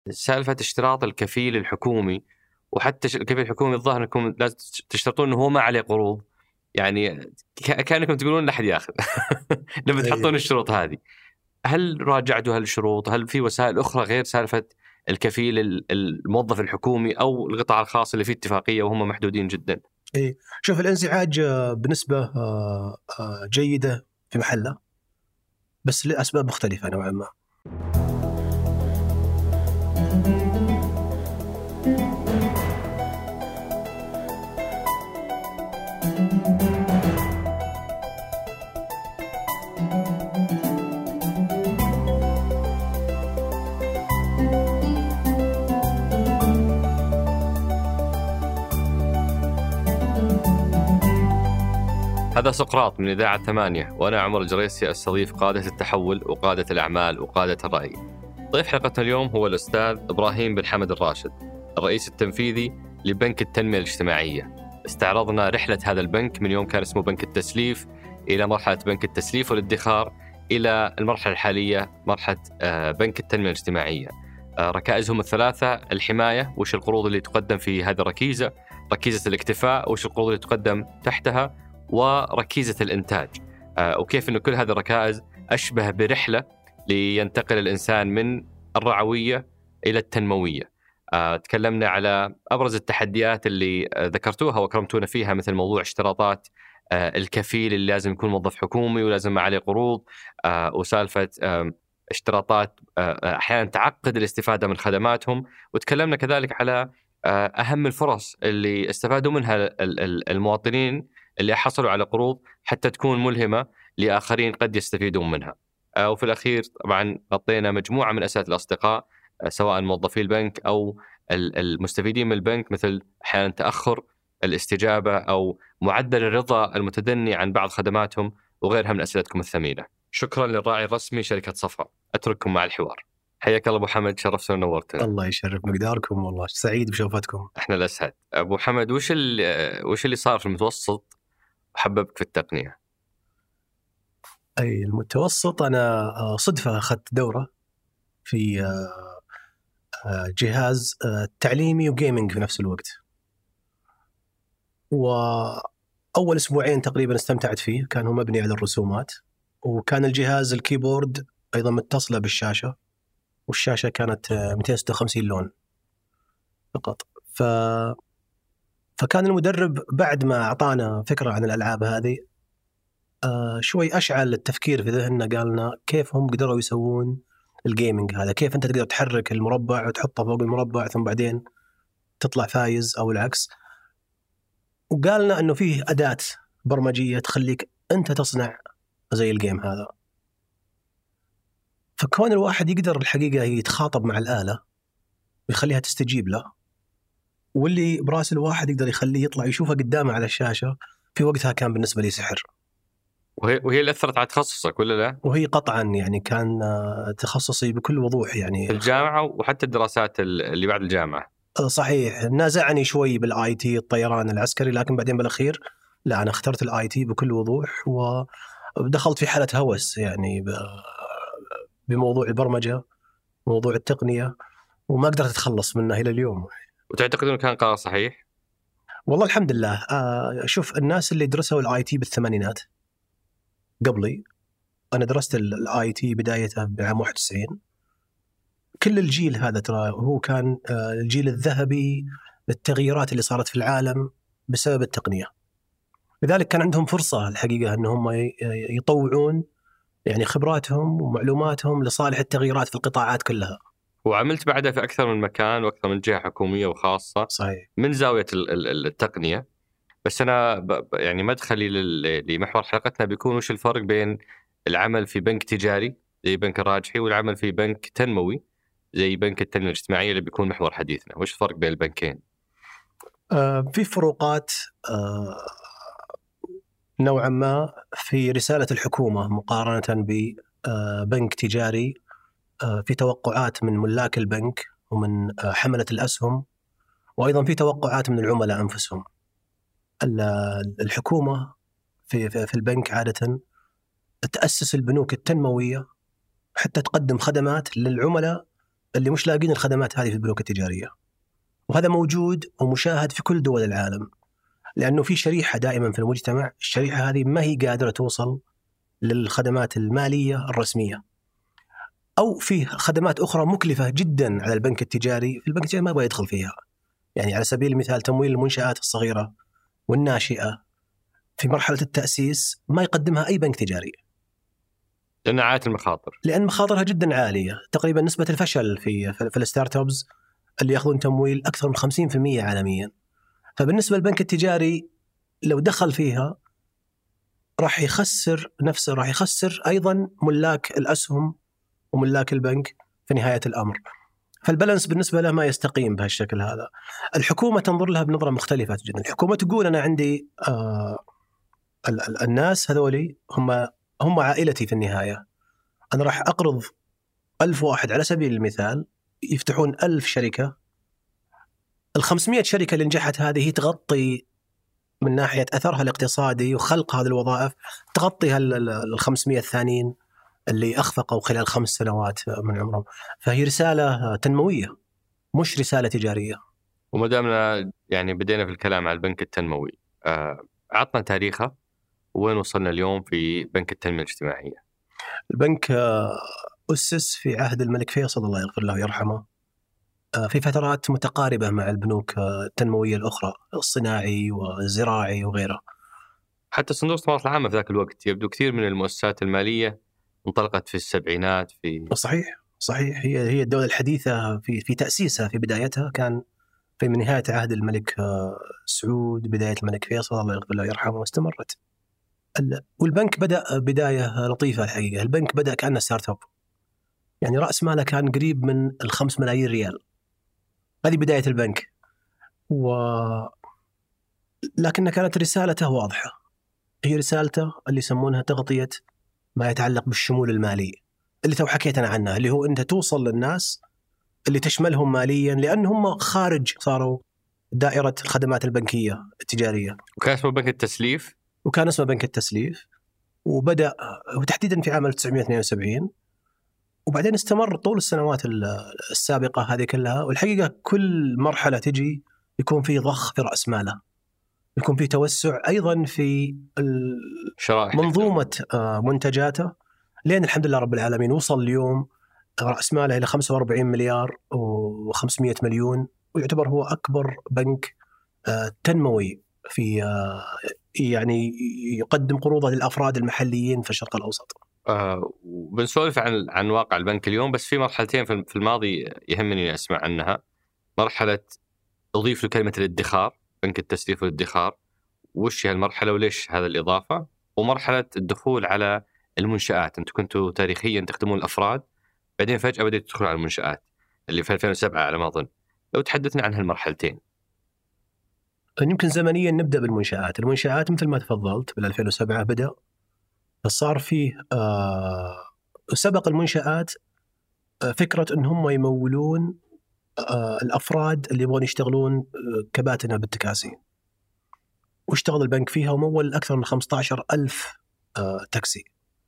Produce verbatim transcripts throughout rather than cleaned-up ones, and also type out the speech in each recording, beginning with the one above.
سالفة اشتراط الكفيل الحكومي، وحتى ش- الكفيل الحكومي الظاهر انكم لازم تشترطون انه هو ما عليه قروض، يعني ك- كانكم تقولون لا احد ياخذ لما تحطون الشروط هذه. هل راجعتوا هالشروط؟ هل في وسائل اخرى غير سالفة الكفيل ال- الموظف الحكومي او القطاع الخاص اللي فيه اتفاقية وهم محدودين جدا؟ إيه، شوف الانزعاج آه، بنسبة آه، آه، جيدة في محله، بس لأسباب مختلفة نوعا ما. هذا سقراط من إذاعة ثمانية، وأنا عمر الجريسي أستضيف قادة التحول وقادة الأعمال وقادة الرأي. ضيف حلقتنا اليوم هو الأستاذ إبراهيم بن حمد الراشد، الرئيس التنفيذي لبنك التنمية الاجتماعية. استعرضنا رحلة هذا البنك من يوم كان اسمه بنك التسليف إلى مرحلة بنك التسليف والادخار إلى المرحلة الحالية مرحلة بنك التنمية الاجتماعية. ركائزهم الثلاثة: الحماية، وش القروض اللي تقدم في هذه الركيزة، ركيزة الاكتفاء، وش القروض اللي تقدم تحتها، وركيزة الإنتاج. وكيف أن كل هذه الركائز أشبه برحلة لينتقل الإنسان من الرعوية إلى التنموية. تكلمنا على أبرز التحديات اللي ذكرتوها وكرمتونا فيها، مثل موضوع اشتراطات الكفيل اللي لازم يكون موظف حكومي ولازم ما عليه قروض، وسالفة اشتراطات أحيانا تعقد الاستفادة من خدماتهم. وتكلمنا كذلك على أهم الفرص اللي استفادوا منها المواطنين اللي حصلوا على قروض حتى تكون ملهمة لآخرين قد يستفيدون منها. وفي الأخير طبعا غطينا مجموعة من أسئلة الأصدقاء، سواء موظفي البنك أو المستفيدين من البنك، مثل أحيانا تأخر الاستجابة أو معدل الرضا المتدني عن بعض خدماتهم وغيرها من أسئلتكم الثمينة. شكرا للراعي الرسمي شركة صفا. أترككم مع الحوار. حياك الله أبو حمد، شرفتنا ونورتنا. الله يشرف مقداركم، والله سعيد بشوفتكم. احنا الأسعد. أبو حمد، وش اللي وش اللي صار في المتوسط وحببك في التقنية؟ أي المتوسط، أنا صدفة أخذت دورة في جهاز تعليمي وجيمنج في نفس الوقت، وأول أسبوعين تقريبا استمتعت فيه. كان هو مبني على الرسومات، وكان الجهاز الكيبورد أيضا متصلة بالشاشة، والشاشة كانت مئتين وستة وخمسين لون فقط. ف... فكان المدرب بعد ما أعطانا فكرة عن الألعاب هذه آه شوي أشعل التفكير في ذهننا، قالنا كيف هم قدروا يسوون الجيمنج هذا، كيف أنت تقدر تحرك المربع وتحطه فوق المربع ثم بعدين تطلع فايز أو العكس. وقالنا أنه فيه أداة برمجية تخليك أنت تصنع زي الجيم هذا. فكون الواحد يقدر الحقيقة يتخاطب مع الآلة ويخليها تستجيب له، واللي براس الواحد يقدر يخليه يطلع يشوفه قدامه على الشاشة، في وقتها كان بالنسبة لي سحر. وهي, وهي اللي أثرت على تخصصك ولا لا؟ وهي قطعا يعني كان تخصصي بكل وضوح، يعني في الجامعة وحتى الدراسات اللي بعد الجامعة. صحيح، نازعني شوي بالاي تي الطيران العسكري، لكن بعدين بالاخير لا، انا اخترت الاي تي بكل وضوح، ودخلت في حالة هوس يعني بموضوع البرمجة، موضوع التقنية، وما قدرت اتخلص منه الى اليوم. وتعتقد انه كان قرار صحيح؟ والله الحمد لله. شوف، الناس اللي درسوا الاي تي بالثمانينات قبلي، انا درست الاي تي بدايته بعام واحد وتسعين، كل الجيل هذا ترى هو كان الجيل الذهبي للتغييرات اللي صارت في العالم بسبب التقنية. لذلك كان عندهم فرصة الحقيقة أنهم يطوعون يعني خبراتهم ومعلوماتهم لصالح التغييرات في القطاعات كلها. وعملت بعدها في أكثر من مكان وأكثر من جهة حكومية وخاصة. صحيح. من زاوية التقنية. بس أنا يعني مدخلي لمحور حلقتنا بيكون وش الفرق بين العمل في بنك تجاري زي بنك الراجحي والعمل في بنك تنموي زي بنك التنمية الاجتماعية اللي بيكون محور حديثنا. وش الفرق بين البنكين؟ آه في فروقات آه نوعا ما في رسالة الحكومة مقارنة ببنك تجاري. آه في توقعات من ملاك البنك ومن آه حملة الأسهم، وأيضا في توقعات من العملاء أنفسهم. الحكومة في في البنك عادة تأسس البنوك التنموية حتى تقدم خدمات للعملاء اللي مش لاقين الخدمات هذه في البنوك التجارية، وهذا موجود ومشاهد في كل دول العالم، لأنه في شريحة دائما في المجتمع، الشريحة هذه ما هي قادرة توصل للخدمات المالية الرسمية، أو في خدمات أخرى مكلفة جدا على البنك التجاري، البنك التجاري ما يبغى يدخل فيها. يعني على سبيل المثال تمويل المنشآت الصغيرة والناشئة في مرحلة التأسيس ما يقدمها أي بنك تجاري، لأن عالية المخاطر، لأن مخاطرها جدا عالية. تقريبا نسبة الفشل في في الستارت أبس اللي يأخذون تمويل أكثر من خمسين بالمئة عالميا. فبالنسبة للبنك التجاري لو دخل فيها راح يخسر نفسه، راح يخسر أيضا ملاك الأسهم وملاك البنك في نهاية الأمر. فالبالانس بالنسبة له ما يستقيم بهالشكل هذا. الحكومة تنظر لها بنظرة مختلفة جدا. الحكومة تقول أنا عندي آه ال- ال- الناس هذولي هم هم عائلتي في النهاية، أنا راح أقرض ألف واحد على سبيل المثال يفتحون ألف شركة، الخمسمائة شركة اللي نجحت هذه تغطي من ناحية أثرها الاقتصادي وخلق هذه الوظائف، تغطي الخمسمائة الثانيين اللي أخفقوا خلال خمس سنوات من عمرهم. فهي رسالة تنموية مش رسالة تجارية. وما دامنا يعني بدينا في الكلام على البنك التنموي، آه، عطنا تاريخه وين وصلنا اليوم في بنك التنمية الاجتماعية. البنك أسس في عهد الملك فيصل الله يغفر له ويرحمه، في فترات متقاربة مع البنوك التنموية الأخرى، الصناعي والزراعي وغيره. حتى صندوق الاستثمارات العامة في ذاك الوقت يبدو كثير من المؤسسات المالية انطلقت في السبعينات. في صحيح صحيح هي هي الدولة الحديثة في في تأسيسها في بدايتها كان في من نهاية عهد الملك سعود بداية الملك فيصل الله يغفر له ويرحمه، واستمرت. والبنك بدأ بداية لطيفة الحقيقة. البنك بدأ كأنه ستارت اب، يعني رأس ماله كان قريب من الخمس ملايين ريال. هذه بداية البنك، و لكن كانت رسالته واضحة. هي رسالته اللي يسمونها تغطية ما يتعلق بالشمول المالي اللي تو حكيتنا عنه، اللي هو أنت توصل للناس اللي تشملهم ماليا، لأنهم خارج صاروا دائرة الخدمات البنكية التجارية. وكان اسمه بنك التسليف وكان اسمه بنك التسليف، وبدأ وتحديدا في عام ألف وتسعمائة واثنين وسبعين، وبعدين استمر طول السنوات السابقة هذه كلها. والحقيقة كل مرحلة تجي يكون في ضخ في رأس ماله، يكون في توسع أيضا في منظومة منتجاته، لأن الحمد لله رب العالمين وصل اليوم رأس ماله إلى خمسة وأربعين مليار وخمسمائة مليون، ويعتبر هو أكبر بنك تنموي في يعني يقدم قروضه للأفراد المحليين في الشرق الأوسط. آه بنسولف عن عن واقع البنك اليوم، بس في مرحلتين في الماضي يهمني أسمع عنها. مرحلة أضيف له كلمة الادخار، بنك التسليف والادخار، وش هي المرحلة وليش هذا الإضافة؟ ومرحلة الدخول على المنشآت، أنتم كنتوا تاريخيا تخدمون الأفراد، بعدين فجأة بدأت تدخلون على المنشآت اللي في ألفين وسبعة على ما أظن. لو تحدثنا عن هالمرحلتين. يمكن زمنيا نبدأ بالمنشآت. المنشآت مثل ما تفضلت بال ألفين وسبعة بدأ، صار فيه آه سبق المنشآت آه فكرة أن هم يمولون آه الأفراد اللي يبغون يشتغلون آه كباتنة بالتكاسي، واشتغل البنك فيها ومول أكثر من خمسة عشر ألف آه تاكسي.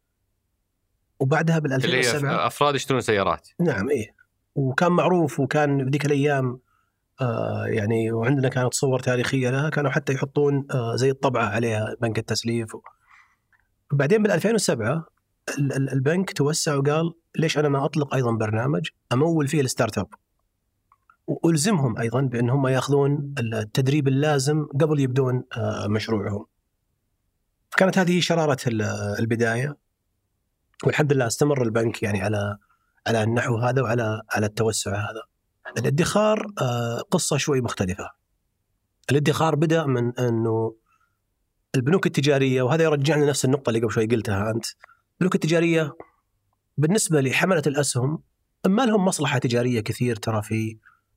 وبعدها بال ألفين وسبعة أفراد يشترون سيارات. نعم إيه، وكان معروف، وكان ذيك الأيام آه يعني وعندنا كانت صور تاريخية لها، كانوا حتى يحطون آه زي الطبعة عليها بنك التسليف. وبعدين بال ألفين وسبعة البنك توسع وقال ليش أنا ما أطلق أيضا برنامج أمول فيه الستارت اب، وألزمهم أيضا بأنهم يأخذون التدريب اللازم قبل يبدون آه مشروعهم. كانت هذه شرارة البداية، والحمد لله استمر البنك يعني على على النحو هذا وعلى على التوسع هذا. الادخار آه قصة شوي مختلفة. الادخار بدأ من أنه البنوك التجارية، وهذا يرجعنا نفس النقطة اللي قبل شوي قلتها أنت، البنوك التجارية بالنسبة لحملة الأسهم ما لهم مصلحة تجارية كثير ترى في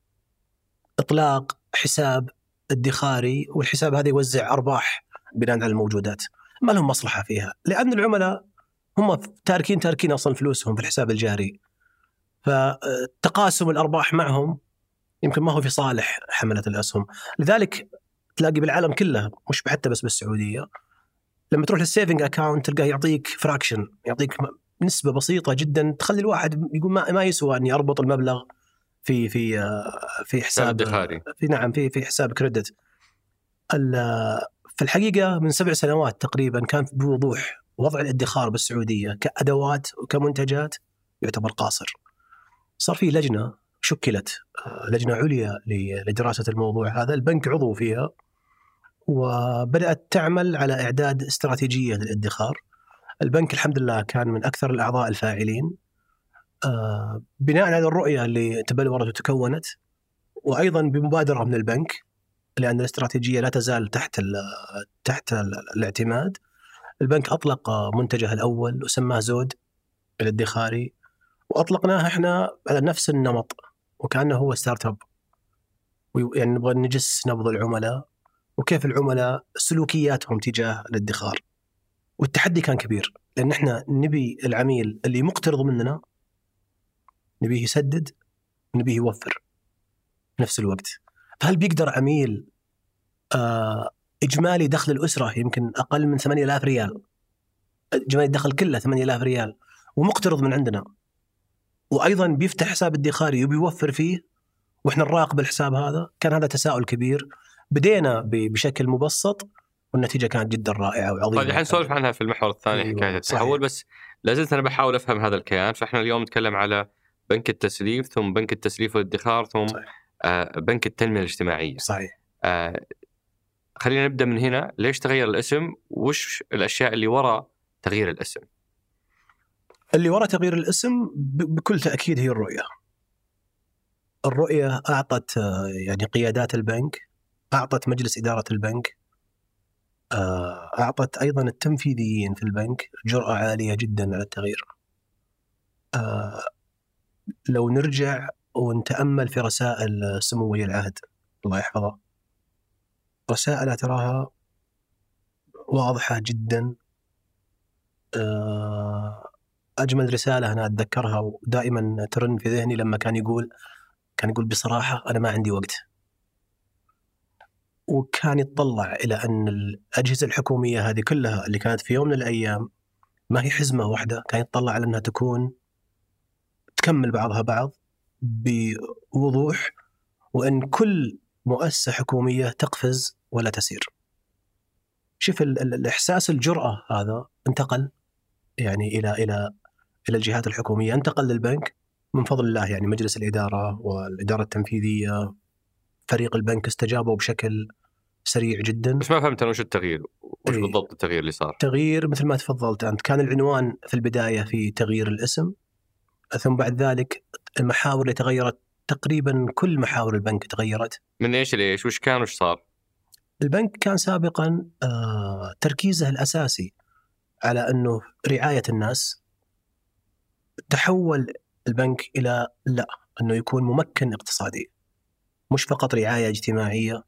إطلاق حساب ادخاري، والحساب هذا يوزع أرباح بناء على الموجودات، ما لهم مصلحة فيها، لأن العملاء هم تاركين تاركين أصلا فلوسهم في الحساب الجاري، فتقاسم الأرباح معهم يمكن ما هو في صالح حملة الأسهم. لذلك تلاقي بالعالم كله مش حتى بس بالسعودية لما تروح للسيفنج أكاونت تلقاه يعطيك فراكشن، يعطيك نسبة بسيطة جدا تخلي الواحد يقول ما, ما يسوى أني أربط المبلغ في في في حساب ادخاري. في نعم في في حساب كريدت. في الحقيقة من سبع سنوات تقريبا كان بوضوح وضع الادخار بالسعودية كأدوات وكمنتجات يعتبر قاصر. صار في لجنة شكلت، لجنة عليا لدراسة الموضوع هذا، البنك عضو فيها، وبدأت تعمل على إعداد استراتيجية للادخار. البنك الحمد لله كان من أكثر الأعضاء الفاعلين بناء على الرؤية اللي تبلورت وتكونت، وأيضا بمبادرة من البنك لأن الاستراتيجية لا تزال تحت ال تحت ال الاعتماد. البنك أطلق منتجه الأول وسماه زود الادخاري، وأطلقناه إحنا على نفس النمط وكأنه هو ستارت اب، يعني نبغى نجس نبض العملاء وكيف العملاء سلوكياتهم تجاه الادخار. والتحدي كان كبير لأن إحنا نبي العميل اللي مقترض مننا نبيه يسدد، نبيه يوفر في نفس الوقت. فهل بيقدر عميل آه إجمالي دخل الأسرة يمكن أقل من ثمانية آلاف ريال، إجمالي الدخل كله ثمانية آلاف ريال ومقترض من عندنا، وأيضا بيفتح حساب ادخاري وبيوفر فيه وإحنا نراقب الحساب هذا؟ كان هذا تساؤل كبير. بدينا بشكل مبسط والنتيجة كانت جدا رائعة وعظيمة. طيب الحين نسولف عنها في المحور الثاني. أيوة حكاية التحول، بس لازلت أنا بحاول أفهم هذا الكيان. فإحنا اليوم نتكلم على بنك التسليف، ثم بنك التسليف والادخار، ثم آه بنك التنمية الاجتماعية. صحيح. آه خلينا نبدأ من هنا. ليش تغير الاسم؟ وش الأشياء اللي وراء تغيير الاسم؟ اللي وراء تغيير الاسم بكل تأكيد هي الرؤية. الرؤية أعطت يعني قيادات البنك، أعطت مجلس إدارة البنك، أعطت أيضا التنفيذيين في البنك جرأة عالية جدا على التغيير. لو نرجع ونتأمل في رسائل سمو ولي العهد الله يحفظه، رسائل تراها واضحة جدا. أجمل رسالة أنا أتذكرها ودائما ترن في ذهني لما كان يقول كان يقول بصراحة أنا ما عندي وقت. وكان يتطلع إلى أن الأجهزة الحكومية هذه كلها اللي كانت في يوم من الأيام ما هي حزمة واحدة، كان يتطلع على أنها تكون تكمل بعضها بعض بوضوح، وأن كل مؤسسة حكومية تقفز ولا تسير. شوف الإحساس الجرأة هذا انتقل يعني إلى إلى إلى الجهات الحكومية، انتقل للبنك من فضل الله. يعني مجلس الإدارة والإدارة التنفيذية فريق البنك استجابوا بشكل سريع جدا. بس ما فهمت أنا وش التغيير، وش ايه بالضبط التغيير اللي صار؟ تغيير مثل ما تفضلت أنت، كان العنوان في البداية في تغيير الاسم، ثم بعد ذلك المحاور اللي تغيرت تقريبا كل محاور البنك تغيرت. من إيش لإيش؟ وش كان وش صار؟ البنك كان سابقا آه تركيزه الأساسي على أنه رعاية الناس. تحول البنك إلى لا، أنه يكون ممكن اقتصادي، مش فقط رعاية اجتماعية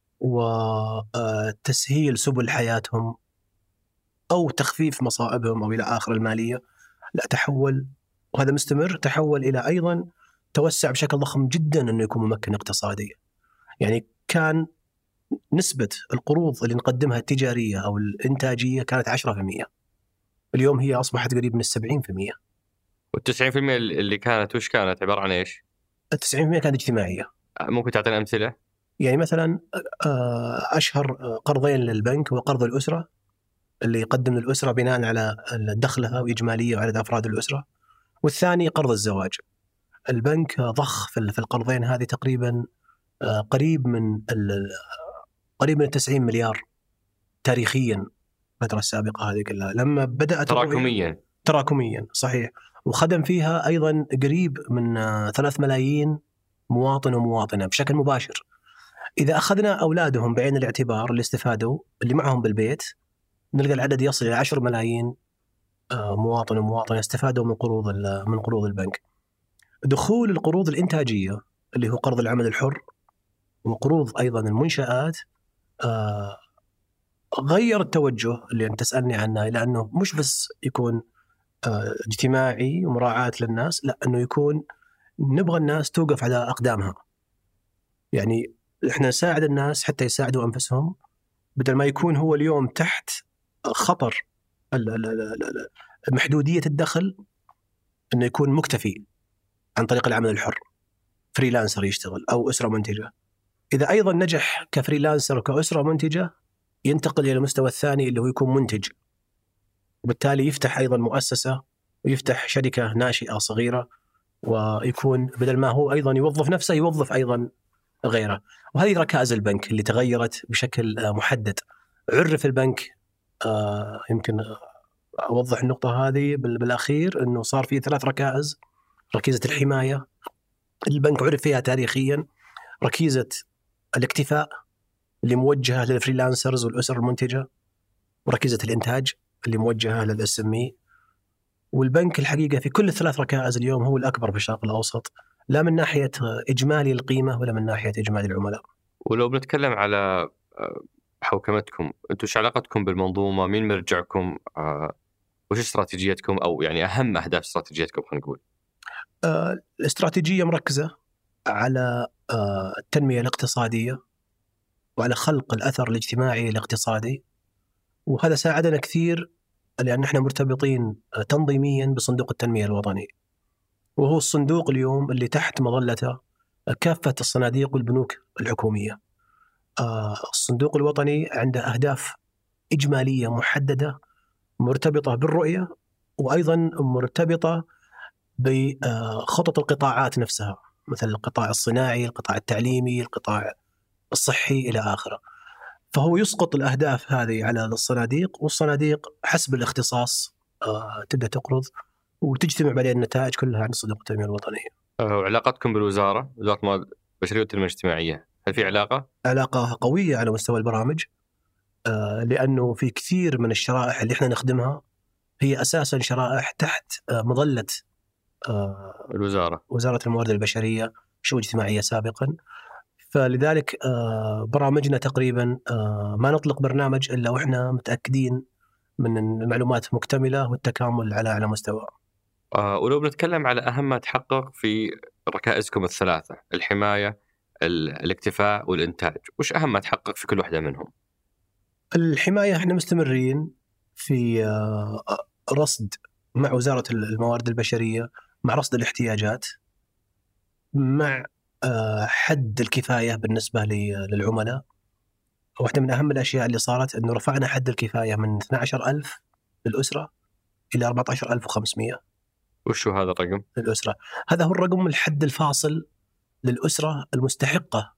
وتسهيل سبل حياتهم أو تخفيف مصائبهم أو إلى آخر المالية. لا، تحول وهذا مستمر، تحول إلى أيضا توسع بشكل ضخم جدا أنه يكون ممكن اقتصادي. يعني كان نسبة القروض اللي نقدمها التجارية أو الإنتاجية كانت عشرة بالمئة، اليوم هي أصبحت قريب من السبعين بالمئة. والتسعين بالمئة اللي كانت وش كانت عبارة عن إيش؟ التسعين بالمئة كانت اجتماعية. ممكن تعطينا أمثلة؟ يعني مثلا أشهر قرضين للبنك وقرض الأسرة اللي يقدم للأسرة بناء على دخلها وإجمالية وعدد أفراد الأسرة، والثاني قرض الزواج. البنك ضخ في القرضين هذه تقريبا قريب من قريب من تسعين مليار تاريخيا. الفترة السابقة هذه كلها لما بدأت تراكميا تراكميا صحيح، وخدم فيها أيضا قريب من ثلاث ملايين مواطن ومواطنة بشكل مباشر. إذا أخذنا أولادهم بعين الاعتبار اللي استفادوا اللي معهم بالبيت، نلقى العدد يصل إلى عشر ملايين مواطن ومواطنة استفادوا من قروض من قروض البنك. دخول القروض الإنتاجية اللي هو قرض العمل الحر وقروض أيضا المنشآت غير التوجه اللي أنت تسألني عنه، لأنه مش بس يكون اجتماعي ومراعاة للناس، لا أنه يكون نبغى الناس توقف على أقدامها. يعني إحنا نساعد الناس حتى يساعدوا أنفسهم، بدل ما يكون هو اليوم تحت خطر محدودية الدخل، أنه يكون مكتفي عن طريق العمل الحر. فريلانسر يشتغل أو أسرة منتجة. إذا أيضا نجح كفريلانسر وكأسرة منتجة ينتقل إلى المستوى الثاني اللي هو يكون منتج، وبالتالي يفتح أيضا مؤسسة ويفتح شركة ناشئة صغيرة، ويكون بدل ما هو أيضا يوظف نفسه يوظف أيضا غيره. وهذه ركائز البنك اللي تغيرت بشكل محدد. عرف البنك آه يمكن أوضح النقطة هذه بالأخير أنه صار في ثلاث ركائز: ركيزة الحماية البنك عرف فيها تاريخيا، ركيزة الاكتفاء اللي موجهة للفريلانسرز والأسر المنتجة، وركيزة الإنتاج اللي موجهة للإس إم إي. والبنك الحقيقة في كل الثلاث ركائز اليوم هو الأكبر في الشرق الأوسط، لا من ناحية إجمالي القيمة ولا من ناحية إجمالي العملاء. ولو بنتكلم على حوكمتكم، أنتم شو علاقتكم بالمنظومة؟ مين مرجعكم؟ آه، وش استراتيجيتكم أو يعني أهم أهداف استراتيجيتكم خلينا نقول؟ آه، الاستراتيجية مركزة على آه، التنمية الاقتصادية وعلى خلق الأثر الاجتماعي الاقتصادي، وهذا ساعدنا كثير لأن احنا مرتبطين تنظيميا بصندوق التنمية الوطني، وهو الصندوق اليوم اللي تحت مظلته كافة الصناديق والبنوك الحكومية. آه الصندوق الوطني عنده أهداف إجمالية محددة مرتبطة بالرؤية، وأيضا مرتبطة بخطط القطاعات نفسها، مثل القطاع الصناعي، القطاع التعليمي، القطاع الصحي إلى آخره. فهو يسقط الأهداف هذه على الصناديق، والصناديق حسب الاختصاص آه تبدأ تقرض وتجتمع بعدين النتائج كلها عن صندوق التنمية الوطنية. وعلاقتكم بالوزارة، وزارة الموارد البشرية والتنمية الاجتماعية، هل في علاقة؟ علاقة قوية على مستوى البرامج، آه لأنه في كثير من الشرائح اللي احنا نخدمها هي أساسا شرائح تحت آه مظلة آه الوزارة، وزارة الموارد البشرية شؤون اجتماعية سابقا. فلذلك آه برامجنا تقريبا آه ما نطلق برنامج إلا وإحنا متأكدين من المعلومات مكتملة والتكامل على على مستوى. آه ولو بنتكلم على أهم ما تحقق في ركائزكم الثلاثة، الحماية، الاكتفاء والإنتاج، وش أهم ما تحقق في كل واحدة منهم؟ الحماية احنا مستمرين في آه رصد مع وزارة الموارد البشرية، مع رصد الاحتياجات، مع آه حد الكفاية بالنسبة للعملاء. واحدة من أهم الأشياء اللي صارت أنه رفعنا حد الكفاية من اثني عشر ألف للأسرة إلى أربعة عشر ألف وخمسمائة. وش هو هذا الرقم؟ للأسرة، هذا هو الرقم الحد الفاصل للأسرة المستحقة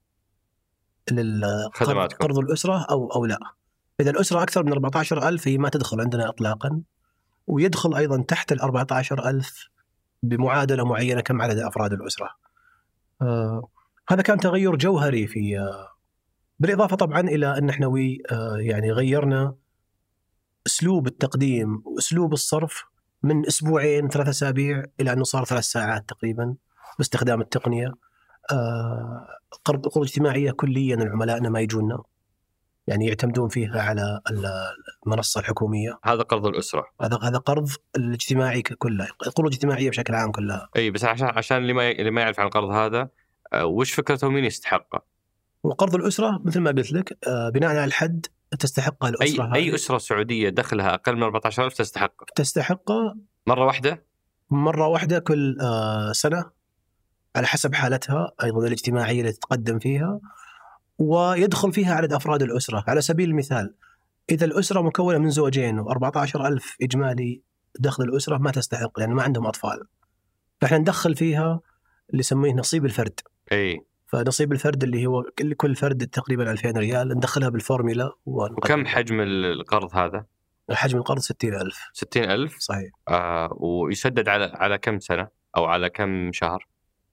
للقرض الأسرة أو أو لا. إذا الأسرة أكثر من أربعة عشر ألف هي ما تدخل عندنا إطلاقا، ويدخل أيضا تحت ال أربعة عشر ألف بمعادلة معينة كم عدد أفراد الأسرة. آه هذا كان تغير جوهري في آه بالإضافة طبعا إلى أن احنا وي آه يعني غيرنا أسلوب التقديم وأسلوب الصرف من أسبوعين ثلاثة أسابيع إلى أنه صار ثلاث ساعات تقريبا باستخدام التقنية. آه قرض قروض اجتماعية كليا العملائنا ما يجونا، يعني يعتمدون فيها على المنصة الحكومية. هذا قرض الأسرة، هذا هذا قرض الاجتماعي كله، القروض الاجتماعية بشكل عام كلها. أي بس عشان عشان اللي ما اللي ما يعرف عن القرض هذا، آه وش فكرته ومين يستحقه؟ وقرض الأسرة مثل ما قلت لك آه بناء على الحد تستحقه الأسرة. أي أي أسرة سعودية دخلها أقل من أربعة عشر ألف تستحقه. تستحقه مرة واحدة؟ مرة واحدة كل آه سنة على حسب حالتها أيضا الاجتماعية اللي تتقدم فيها، ويدخل فيها عدد أفراد الأسرة. على سبيل المثال إذا الأسرة مكونة من زوجين وأربعة عشر ألف إجمالي دخل الأسرة ما تستحق لأن ما عندهم أطفال، فإحنا ندخل فيها اللي يسميه نصيب الفرد. أي فنصيب الفرد اللي هو كل فرد تقريبا ألفين ريال ندخلها بالفورميلا. وكم حجم القرض هذا؟ حجم القرض ستين ألف. ستين ألف صحيح. آه ويسدد على على كم سنة أو على كم شهر؟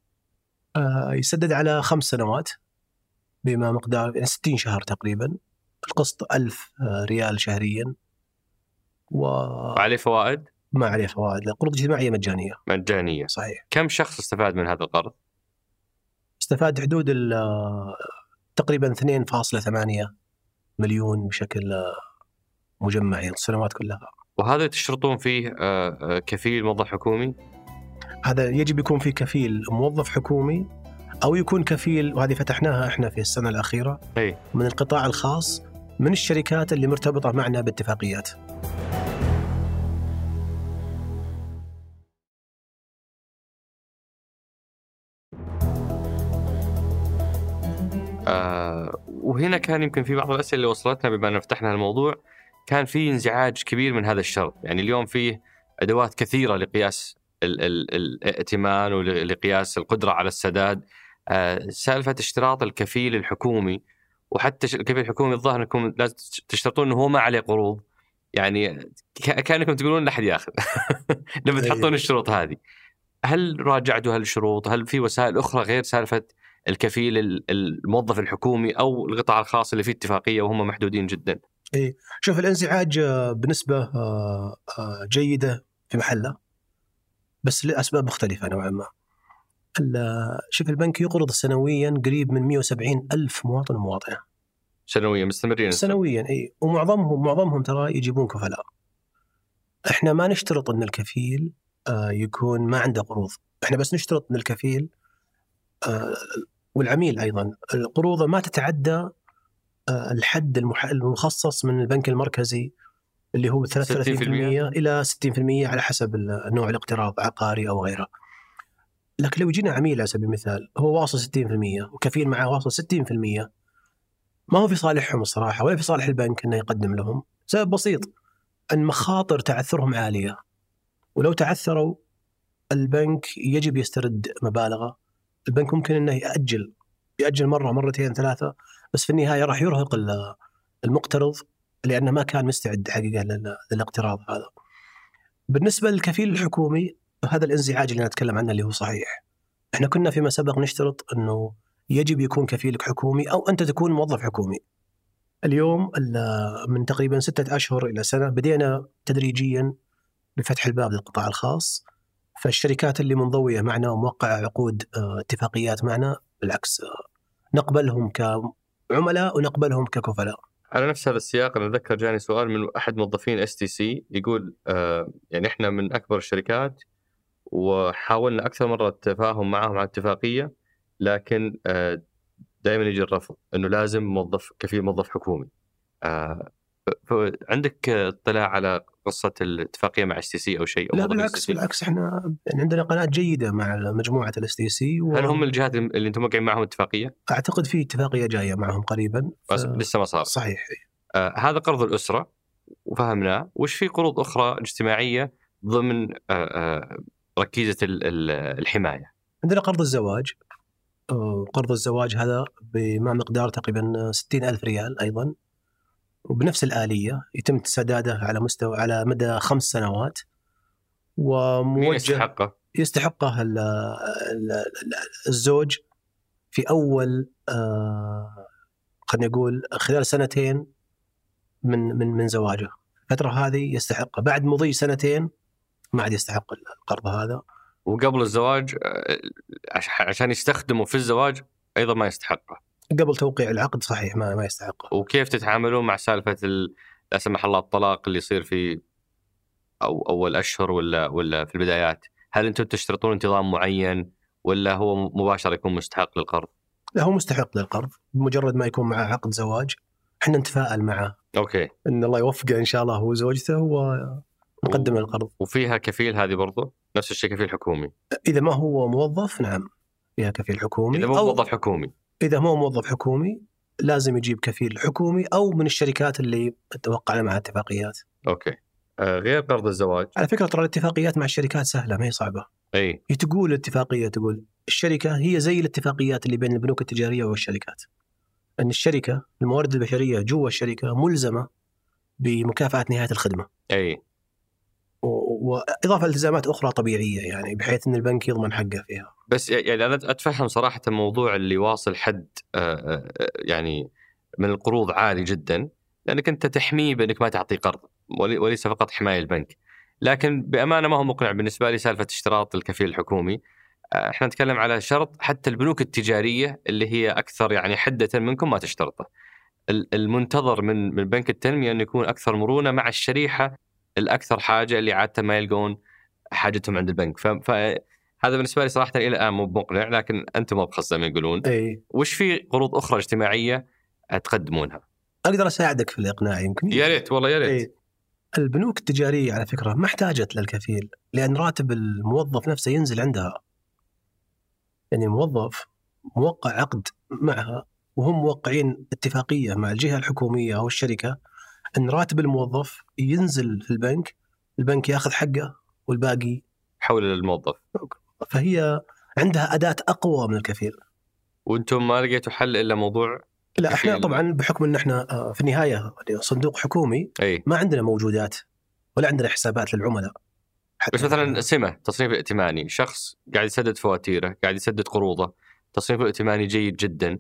آه يسدد على خمس سنوات بما مقدار يعني ستين شهر تقريبا. القسط ألف ريال شهريا و... وعليه فوائد؟ ما عليه فوائد، القروض الاجتماعية مجانية. مجانية صحيح. كم شخص استفاد من هذا القرض؟ استفاد حدود تقريبا اثنين فاصلة ثمانية مليون بشكل مجمع يعني السنوات كلها. وهذا تشرطون فيه كفيل موظف حكومي؟ هذا يجب يكون فيه كفيل موظف حكومي أو يكون كفيل، وهذه فتحناها إحنا في السنة الأخيرة أي. من القطاع الخاص من الشركات اللي مرتبطة معنا باتفاقيات. آه وهنا كان يمكن في بعض الأسئلة اللي وصلتنا بما أن فتحنا الموضوع، كان في انزعاج كبير من هذا الشرط. يعني اليوم فيه أدوات كثيرة لقياس ال- ال- الائتمان ولقياس القدرة على السداد. آه سالفة اشتراط الكفيل الحكومي، وحتى الكفيل الحكومي الظاهر أنكم لازم تشترطون أنه هو ما عليه قروض، يعني كأنكم تقولون لا أحد يأخذ لما تحطون الشروط هذه. هل راجعتوا هالشروط؟ هل في وسائل أخرى غير سالفة الكفيل الموظف الحكومي أو القطاع الخاص اللي فيه اتفاقية وهم محدودين جدا؟ إيه، شوف الانزعاج بنسبة جيدة في محله، بس لأسباب مختلفة نوعا ما. شوف البنك يقرض سنويا قريب من مئة وسبعين ألف مواطن ومواطنة سنويا مستمرين سنويا. إيه، ومعظمهم معظمهم ترى يجيبون كفلاء. إحنا ما نشترط أن الكفيل يكون ما عنده قروض، إحنا بس نشترط أن الكفيل والعميل أيضا القروض ما تتعدى الحد المخصص من البنك المركزي اللي هو ثلاثة وثلاثين بالمئة إلى ستين بالمئة على حسب نوع الاقتراض، عقاري أو غيره. لكن لو جينا عميل على سبيل المثال هو واصل ستين بالمئة وكفيل معه واصل ستين بالمئة، ما هو في صالحهم الصراحة ولا في صالح البنك أنه يقدم لهم. سبب بسيط، أن مخاطر تعثرهم عالية، ولو تعثروا البنك يجب يسترد مبالغه. البنك ممكن أنه يأجل يأجل مرة مرتين ثلاثة، بس في النهاية راح يرهق المقترض لأنه ما كان مستعد حقيقة للاقتراض هذا. بالنسبة للكفيل الحكومي هذا الانزعاج اللي نتكلم عنه اللي هو صحيح. احنا كنا فيما سبق نشترط أنه يجب يكون كفيلك حكومي أو أنت تكون موظف حكومي. اليوم من تقريبا ستة أشهر إلى سنة بدينا تدريجيا بفتح الباب للقطاع الخاص، فالشركات اللي منضوية معنا وموقعة عقود اتفاقيات معنا بالعكس نقبلهم كعملاء ونقبلهم ككفلاء. على نفس هذا السياق أنا أتذكر جاني سؤال من أحد موظفين إس تي سي يقول آه يعني إحنا من أكبر الشركات وحاولنا أكثر مرة التفاهم معهم على اتفاقية، لكن آه دائما يجي الرفض إنه لازم موظف كفيل موظف حكومي. آه فعندك اطلاع على قصة الاتفاقية مع إس تي سي أو شيء؟ أو لا بالعكس بالعكس احنا عندنا قناة جيدة مع مجموعة الإس تي سي. و... هل هم الجهات اللي أنتم موقعين معهم اتفاقية؟ أعتقد في اتفاقية جاية معهم قريبا ف... بس لسه ما صار. صحيح. آه هذا قرض الأسرة وفهمناه. وش في قروض أخرى اجتماعية ضمن آه آه ركيزة الحماية؟ عندنا قرض الزواج. قرض الزواج هذا بما مقدار تقريبا ستين ألف ريال أيضا، وبنفس الآلية يتم سداده على مستوى على مدى خمس سنوات. وموجه يستحقه يستحقه ال ال الزوج في أول آه خلينا نقول خلال سنتين من من من زواجه. الفترة هذه يستحقه، بعد مضي سنتين ما عاد يستحق القرض هذا. وقبل الزواج عشان يستخدمه في الزواج أيضا ما يستحقه. قبل توقيع العقد صحيح ما ما يستحقه. وكيف تتعاملون مع سالفة لا سمح الله الطلاق اللي يصير في أو أول أشهر ولا ولا في البدايات؟ هل أنتم تشترطون انتظام معين ولا هو مباشرة يكون مستحق للقرض؟ لا هو مستحق للقرض بمجرد ما يكون معه عقد زواج. احنا نتفائل معه أوكي إن الله يوفقه إن شاء الله هو زوجته ونقدم و... القرض. وفيها كفيل هذه برضو نفس الشيء كفيل حكومي؟ إذا ما هو موظف نعم فيها كفيل حكومي. إذا مو موظف حكومي إذا مو موظف حكومي لازم يجيب كفيل حكومي أو من الشركات اللي توقعنا معها اتفاقيات. أوكي. آه غير قرض الزواج على فكرة ترى الاتفاقيات مع الشركات سهلة ما هي صعبة. أي تقول الاتفاقية تقول الشركة هي زي الاتفاقيات اللي بين البنوك التجارية والشركات، أن الشركة الموارد البشرية جوا الشركة ملزمة بمكافأة نهاية الخدمة. أي وإضافة التزامات أخرى طبيعية يعني بحيث أن البنك يضمن حقه فيها. بس يعني أنا أتفهم صراحة الموضوع اللي واصل حد يعني من القروض عالي جدا، لأنك أنت تحميه بأنك ما تعطي قرض وليس فقط حماية البنك. لكن بأمانة ما هو مقنع بالنسبة لي سالفة اشتراط الكفيل الحكومي. احنا نتكلم على شرط حتى البنوك التجارية اللي هي أكثر يعني حدة منكم ما تشترطه. المنتظر من من بنك التنمية أن يكون أكثر مرونة مع الشريحة الأكثر حاجة اللي عادة ما يلقون حاجتهم عند البنك. فهذا بالنسبة لي صراحة إلى الآن مو مقنع، لكن أنتم ما بخص زي ما يقولون. أي. وش في قروض أخرى اجتماعية تقدمونها؟ أقدر أساعدك في الإقناع يمكن. يا ريت والله يا ريت. أي. البنوك التجارية على فكرة ما احتاجت للكفيل لأن راتب الموظف نفسه ينزل عندها. يعني الموظف موقع عقد معها وهم موقعين اتفاقية مع الجهة الحكومية أو الشركة أن راتب الموظف ينزل في البنك، البنك ياخذ حقه والباقي حول للموظف. فهي عندها أداة أقوى من الكثير. وأنتم ما لقيتوا حل إلا موضوع؟ لا احنا طبعا بحكم ان احنا في النهايه صندوق حكومي أي. ما عندنا موجودات ولا عندنا حسابات للعملاء. بس مثلا سمة تصنيف ائتماني، شخص قاعد يسدد فواتيره، قاعد يسدد قروضه، تصنيفه ائتماني جيد جدا،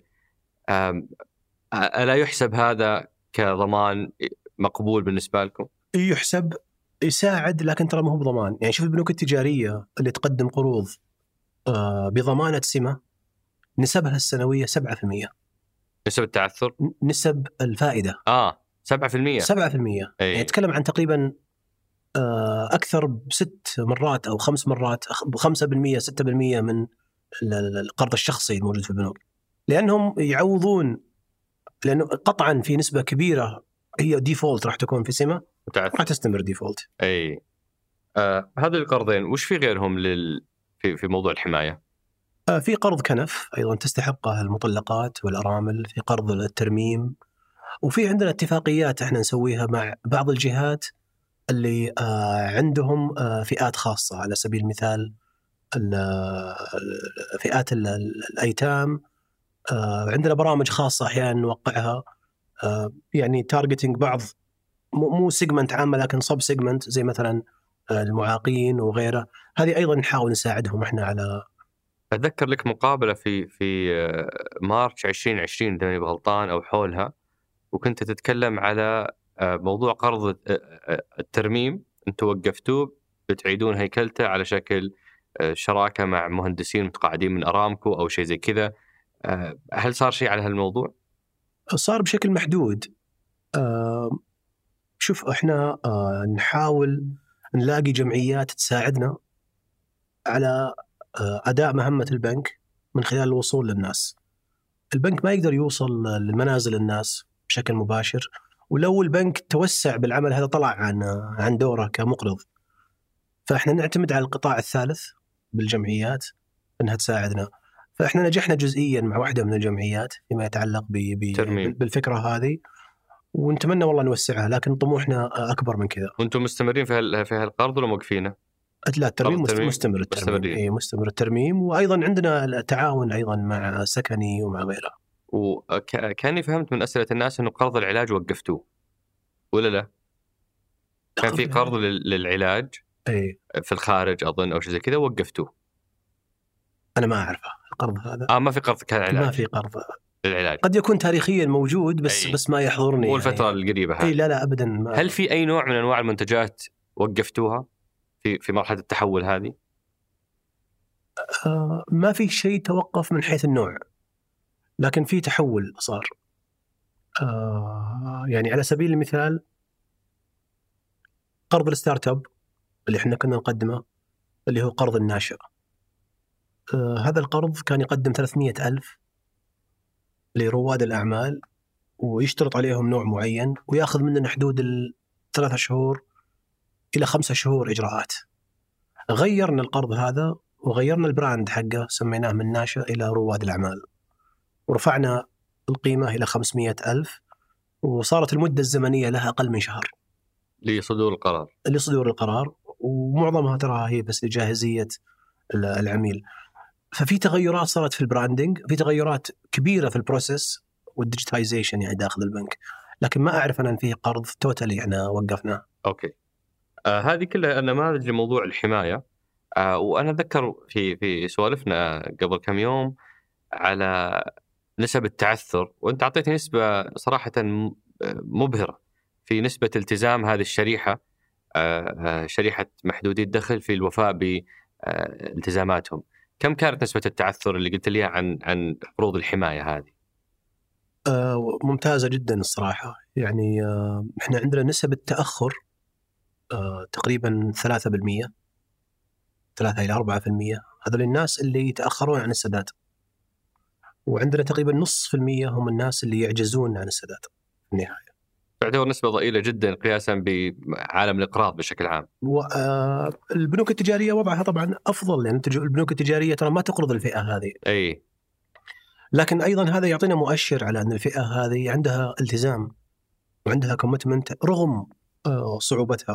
ألا يحسب هذا كضمان مقبول بالنسبة لكم؟ يحسب، يساعد، لكن ترى ما هو بضمان. يعني شوف البنوك التجارية اللي تقدم قروض بضمانة سمة نسبها السنوية سبعة في المية. نسب التعثر؟ نسب الفائدة آه سبعة في المية. سبعة في المية. أي. يعني تكلم عن تقريبا أكثر بست مرات أو خمس مرات، خمسة بالمية ستة بالمية من القرض الشخصي الموجود في البنوك، لأنهم يعوضون، لأنه قطعا في نسبة كبيرة هي ديفولت راح تكون في سمة، راح تستمر ديفولت. أي. آه هذا القرضين وش في غيرهم لل في في موضوع الحماية؟ آه في قرض كنف أيضا تستحقه المطلقات والأرامل، في قرض الترميم، وفي عندنا اتفاقيات احنا نسويها مع بعض الجهات اللي آه عندهم آه فئات خاصة. على سبيل المثال فئات الأيتام، آه عندنا برامج خاصة أحيانا نوقعها، آه يعني تارجتنج بعض، مو سيجمنت عامة لكن صب سيجمنت، زي مثلا المعاقين وغيره. هذه أيضا نحاول نساعدهم احنا على. أتذكر لك مقابلة في في مارس عشرين عشرين إذا ماني غلطان أو حولها، وكنت تتكلم على موضوع قرض الترميم، أنتم وقفتوه بتعيدون هيكلته على شكل شراكة مع مهندسين متقاعدين من أرامكو أو شيء زي كذا. هل صار شيء على هالموضوع؟ صار بشكل محدود. أه شوف احنا أه نحاول نلاقي جمعيات تساعدنا على أه أداء مهمة البنك من خلال الوصول للناس. البنك ما يقدر يوصل للمنازل الناس بشكل مباشر، ولو البنك توسع بالعمل هذا طلع عن عن دوره كمقرض. فاحنا نعتمد على القطاع الثالث بالجمعيات انها تساعدنا. فاحنا نجحنا جزئيا مع واحده من الجمعيات فيما يتعلق ب بالفكره هذه، ونتمنى والله نوسعها، لكن طموحنا اكبر من كذا. وانتم مستمرين في في هالقرض ولا موقفينه؟ لا الترميم مستمر. مستمر الترميم. اي مستمر الترميم، وايضا عندنا التعاون ايضا مع سكني ومع غيره. وكاني فهمت من اسئله الناس انه قرض العلاج وقفتوه ولا لا؟ كان في قرض للعلاج أي. في الخارج اظن او شيء زي كذا وقفتوه. انا ما اعرفه القرض هذا. اه ما في قرض كان علاج. ما في قرض للعلاج. قد يكون تاريخيا موجود بس أي. بس ما يحضرني. مو الفتره يعني القريبه هذه. اي لا لا ابدا. ما هل في اي نوع من انواع المنتجات وقفتوها في في مرحله التحول هذه؟ آه ما في شيء توقف من حيث النوع، لكن في تحول صار. آه يعني على سبيل المثال قرض الستارت اب اللي احنا كنا نقدمه اللي هو قرض الناشئ. آه هذا القرض كان يقدم ثلاثمئة ألف لرواد الأعمال، ويشترط عليهم نوع معين، ويأخذ مننا حدود الثلاثة شهور إلى خمسة شهور إجراءات. غيرنا القرض هذا وغيرنا البراند حقه، سميناه من ناشئ إلى رواد الأعمال، ورفعنا القيمة إلى خمسمئة ألف، وصارت المدة الزمنية لها أقل من شهر لصدور القرار. لصدور القرار، ومعظمها ترى هي بس لجاهزية العميل. ففي تغيرات صارت في البراندنج، في تغيرات كبيرة في البروسيس والديجيتايزيشن يعني داخل البنك، لكن ما أعرف أنا أن فيه قرض توتالي يعني وقفناه. أوكي. آه هذه كلها نماذج لموضوع الحماية. آه وأنا أتذكر في في سوالفنا قبل كم يوم على نسب التعثر، وأنت أعطيتني نسبة صراحة مبهرة في نسبة التزام هذه الشريحة، آه شريحة محدودي الدخل، في الوفاء بالتزاماتهم. كم كانت نسبة التعثر اللي قلت لي عن عن قروض الحماية هذه؟ آه ممتازة جدا الصراحة. يعني آه إحنا عندنا نسب التأخر آه تقريبا ثلاثة بالمئة، ثلاثة إلى أربعة بالمئة، هذا للناس اللي يتأخرون عن السداد. وعندنا تقريبا نص في المية هم الناس اللي يعجزون عن السداد في النهاية. تعتبر نسبة ضئيلة جدا قياسا بعالم الإقراض بشكل عام. والبنوك التجارية وضعها طبعا أفضل، لأن يعني البنوك التجارية ترى ما تقرض الفئة هذه. أي. لكن أيضا هذا يعطينا مؤشر على أن الفئة هذه عندها التزام وعندها كوميتمنت رغم صعوبتها.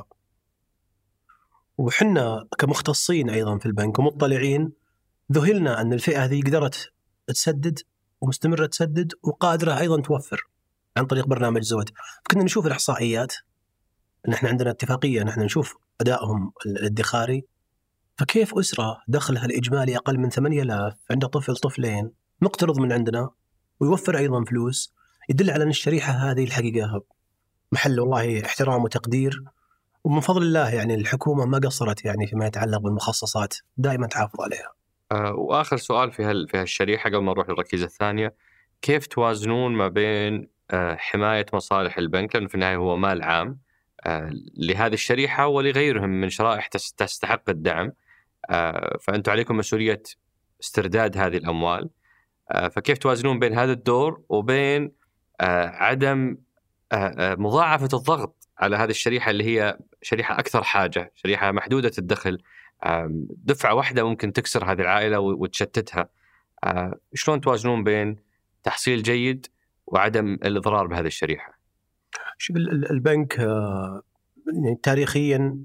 وحنا كمختصين أيضا في البنك ومطلعين ذهلنا أن الفئة هذه قدرت تسدد ومستمرة تسدد وقادرة أيضا توفر عن طريق برنامج زود. كنا نشوف الإحصائيات أن احنا عندنا اتفاقية نحن نشوف أدائهم الادخاري، فكيف أسرة دخلها الإجمالي أقل من ثمانية آلاف عنده طفل طفلين مقترض من عندنا ويوفر أيضا فلوس، يدل على أن الشريحة هذه الحقيقة محل والله احترام وتقدير. ومن فضل الله يعني الحكومة ما قصرت يعني فيما يتعلق بالمخصصات، دائما تحافظ عليها. أه وآخر سؤال في هال في هالشريحة قبل ما نروح للركيزة الثانية، كيف توازنون ما بين أه حماية مصالح البنك، لأنه في النهاية هو مال عام أه لهذه الشريحة ولغيرهم من شرائح تستحق الدعم، أه فأنتم عليكم مسؤولية استرداد هذه الأموال، أه فكيف توازنون بين هذا الدور وبين أه عدم أه مضاعفة الضغط على هذه الشريحة اللي هي شريحة أكثر حاجة، شريحة محدودة الدخل، دفعة واحدة ممكن تكسر هذه العائلة وتشتتها. شلون توازنون بين تحصيل جيد وعدم الإضرار بهذه الشريحة؟ شوف البنك يعني تاريخيا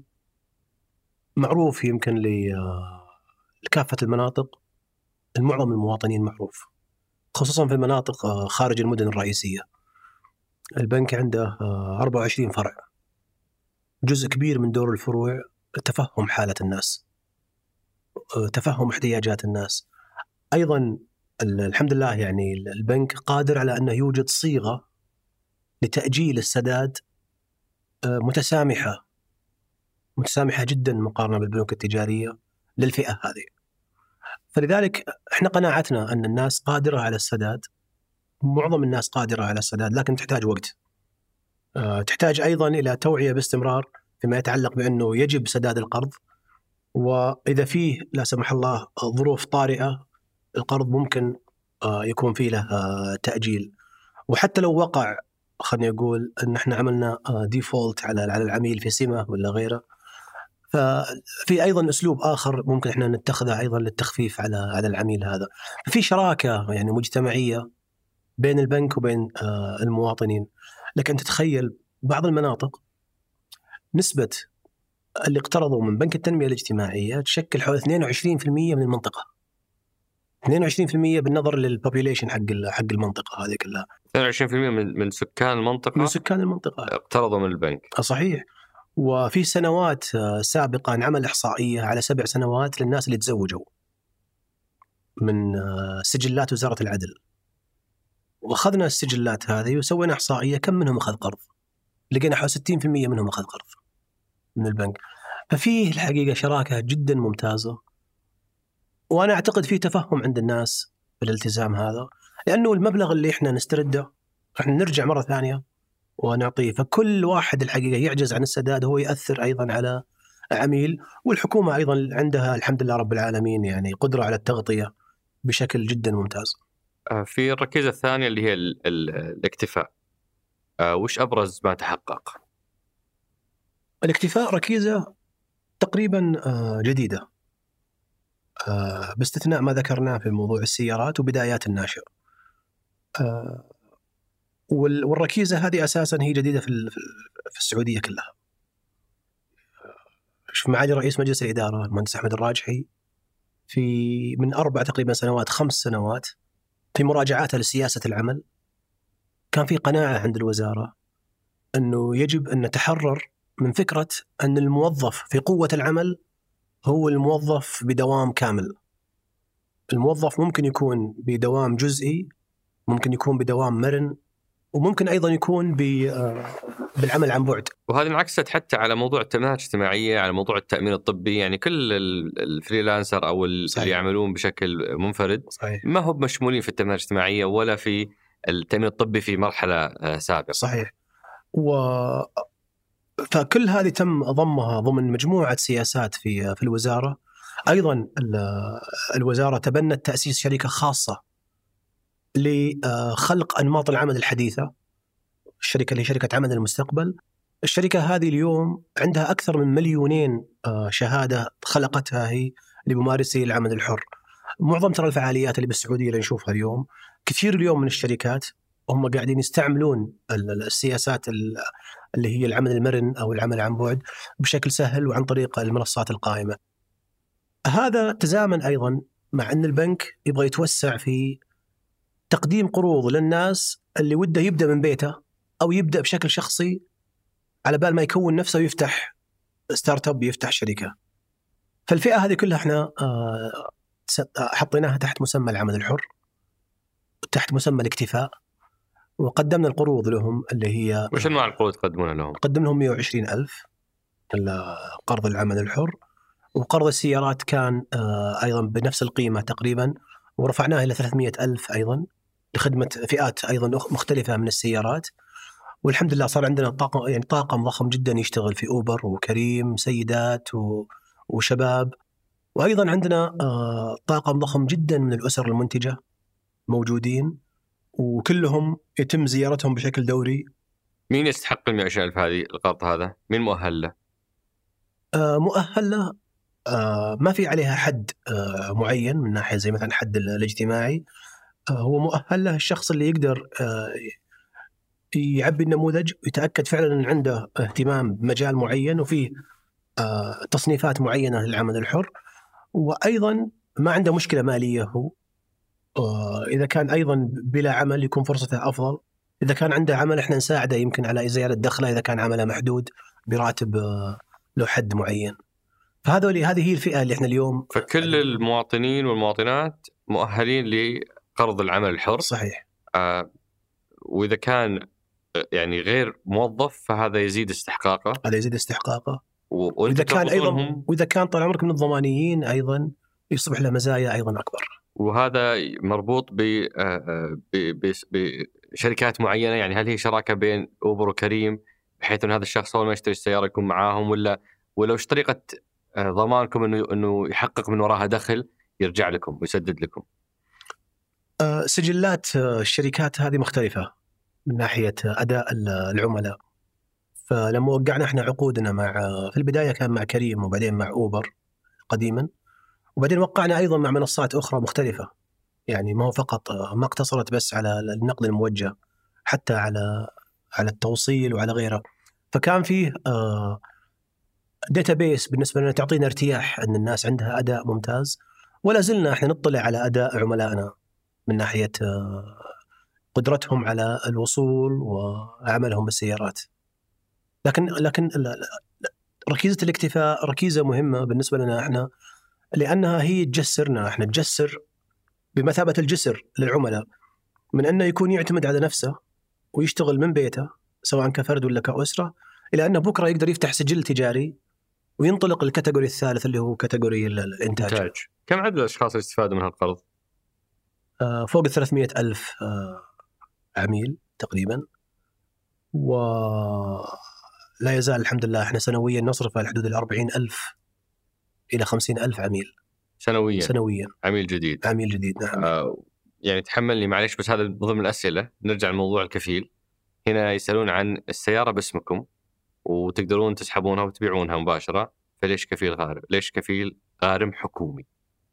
معروف يمكن لكافة المناطق، المعظم المواطنين معروف، خصوصا في المناطق خارج المدن الرئيسية. البنك عنده أربعة وعشرين فرع، جزء كبير من دور الفروع تفهم حالة الناس، تفهم احتياجات الناس. أيضا الحمد لله يعني البنك قادر على أنه يوجد صيغة لتأجيل السداد متسامحة متسامحة جدا مقارنة بالبنوك التجارية للفئة هذه. فلذلك احنا قناعتنا أن الناس قادرة على السداد، معظم الناس قادرة على السداد، لكن تحتاج وقت، تحتاج أيضا إلى توعية باستمرار فيما يتعلق بأنه يجب سداد القرض، وإذا فيه لا سمح الله ظروف طارئة القرض ممكن يكون فيه له تأجيل. وحتى لو وقع خلينا نقول أن احنا عملنا ديفولت على على العميل في سمة ولا غيره، ففي أيضا أسلوب آخر ممكن احنا نتخذه أيضا للتخفيف على على العميل هذا. في شراكة يعني مجتمعية بين البنك وبين المواطنين. لكن تتخيل بعض المناطق نسبة اللي اقترضوا من بنك التنمية الاجتماعية تشكل حوالي اثنين وعشرين بالمئة من المنطقة، اثنين وعشرين بالمئة بالنظر للبوبيليشن حق حق المنطقة هذه كلها. اثنين وعشرين بالمئة من من سكان المنطقة من سكان المنطقة اقترضوا من البنك. صحيح. وفي سنوات سابقة نعمل إحصائية على سبع سنوات للناس اللي تزوجوا من سجلات وزارة العدل، وأخذنا السجلات هذه وسوينا إحصائية كم منهم أخذ قرض، لقينا حوالي ستين بالمئة منهم أخذ قرض من البنك. ففيه الحقيقة شراكة جدا ممتازة، وأنا أعتقد فيه تفهم عند الناس بالالتزام هذا، لأنه المبلغ اللي إحنا نسترده إحنا نرجع مرة ثانية ونعطيه. فكل واحد الحقيقة يعجز عن السداد هو يأثر أيضا على عميل، والحكومة أيضا عندها الحمد لله رب العالمين يعني قدرة على التغطية بشكل جدا ممتاز. في الركيزة الثانية اللي هي ال ال الاكتفاء، وش أبرز ما تحقق؟ الاكتفاء ركيزة تقريبا جديدة باستثناء ما ذكرناه في موضوع السيارات وبدايات الناشئ، والركيزة هذه أساسا هي جديدة في في السعودية كلها. شوف معالي رئيس مجلس الإدارة المهندس أحمد الراجحي في من أربع تقريبا سنوات خمس سنوات في مراجعاتها لسياسة العمل كان في قناعة عند الوزارة أنه يجب أن نتحرر من فكرة أن الموظف في قوة العمل هو الموظف بدوام كامل. الموظف ممكن يكون بدوام جزئي، ممكن يكون بدوام مرن، وممكن أيضا يكون بالعمل عن بعد. وهذه انعكست حتى على موضوع التأمينات الاجتماعية، على موضوع التأمين الطبي. يعني كل الفريلانسر أو اللي يعملون بشكل منفرد صحيح. ما هم مشمولين في التأمينات الاجتماعية ولا في التأمين الطبي في مرحلة سابقة. صحيح. و فكل هذه تم ضمها ضمن مجموعة سياسات في في الوزارة. أيضا الوزارة تبنت تأسيس شركة خاصة لخلق أنماط العمل الحديثة، الشركة اللي هي شركة عمل المستقبل. الشركة هذه اليوم عندها أكثر من مليونين شهادة خلقتها هي لممارسي العمل الحر، معظم ترى الفعاليات اللي بالسعودية اللي نشوفها اليوم، كثير اليوم من الشركات هم قاعدين يستعملون السياسات اللي هي العمل المرن أو العمل عن بعد بشكل سهل وعن طريق المنصات القائمة. هذا تزامن أيضا مع أن البنك يبغى يتوسع في تقديم قروض للناس اللي وده يبدأ من بيته أو يبدأ بشكل شخصي على بال ما يكون نفسه ويفتح ستارت اب يفتح شركة. فالفئة هذه كلها احنا حطيناها تحت مسمى العمل الحر، تحت مسمى الاكتفاء، وقدمنا القروض لهم اللي هي وش انواع القروض تقدمونها لهم؟ قدم لهم مئة وعشرين ألف قرض العمل الحر، وقرض السيارات كان أيضا بنفس القيمة تقريبا، ورفعناها إلى ثلاثمئة ألف أيضا لخدمة فئات أيضا مختلفة من السيارات. والحمد لله صار عندنا طاقم يعني طاقم ضخم جدا يشتغل في أوبر وكريم سيدات وشباب، وأيضا عندنا طاقم ضخم جدا من الأسر المنتجة موجودين، وكلهم يتم زيارتهم بشكل دوري. مين يستحق المئة وعشرين ألف هذه القرض هذا؟ مين مؤهل له؟ آه مؤهل له آه ما في عليها حد آه معين من ناحية زي مثلا حد الاجتماعي. آه هو مؤهل له الشخص اللي يقدر آه يعبي النموذج ويتأكد فعلا أن عنده اهتمام بمجال معين وفيه آه تصنيفات معينة للعمل الحر، وأيضا ما عنده مشكلة مالية. هو آه إذا كان أيضا بلا عمل يكون فرصته أفضل، إذا كان عنده عمل إحنا نساعده يمكن على زيادة دخله إذا كان عمله محدود براتب آه له حد معين. فهذول هذه هي الفئة اللي إحنا اليوم. فكل المواطنين والمواطنات مؤهلين لقرض العمل الحر. صحيح. آه وإذا كان يعني غير موظف فهذا يزيد استحقاقه. هذا يزيد استحقاقه. و... وإذا كان أيضا وإذا كان طال عمرك من الضمانيين أيضا يصبح له مزايا أيضا أكبر. وهذا مربوط ب... ب... بشركات معينة، يعني هل هي شراكة بين أوبر وكريم بحيث أن هذا الشخص أول ما يشتري السيارة يكون معاهم، ولا ولا وش طريقة ضمانكم إنه إنه يحقق من وراها دخل يرجع لكم ويسدد لكم؟ أه سجلات الشركات هذه مختلفة من ناحية أداء العملاء. فلما وقعنا احنا عقودنا مع في البداية كان مع كريم وبعدين مع أوبر قديما، وبعدين وقعنا أيضا مع منصات أخرى مختلفة، يعني ما هو فقط ما اقتصرت بس على النقل الموجه، حتى على على التوصيل وعلى غيره. فكان فيه داتابيس بالنسبة لنا تعطينا ارتياح أن الناس عندها أداء ممتاز، ولا زلنا احنا نطلع على أداء عملائنا من ناحية قدرتهم على الوصول وعملهم بالسيارات. لكن لكن ركيزة الاكتفاء ركيزة مهمة بالنسبة لنا احنا، لأنها هي تجسرنا، احنا تجسر بمثابة الجسر للعملاء، من أنه يكون يعتمد على نفسه ويشتغل من بيته سواء كفرد ولا كأسرة، إلى أنه بكرة يقدر يفتح سجل تجاري وينطلق الكاتيجوري الثالث اللي هو كاتيجوري الإنتاج. إنتاج. كم عدد الأشخاص اللي استفادوا من هالقرض؟ آه فوق ثلاثمئة ألف آه عميل تقريبا، ولا يزال الحمد لله احنا سنويا نصرف على حدود الأربعين ألف إلى خمسين ألف عميل سنويا. سنويا عميل جديد. عميل جديد نعم. آه يعني تحملني معليش، بس هذا ضمن الأسئلة. نرجع لموضوع الكفيل. هنا يسألون عن السيارة باسمكم وتقدرون تسحبونها وتبيعونها مباشرة، فليش كفيل غارم؟ ليش كفيل غارم حكومي؟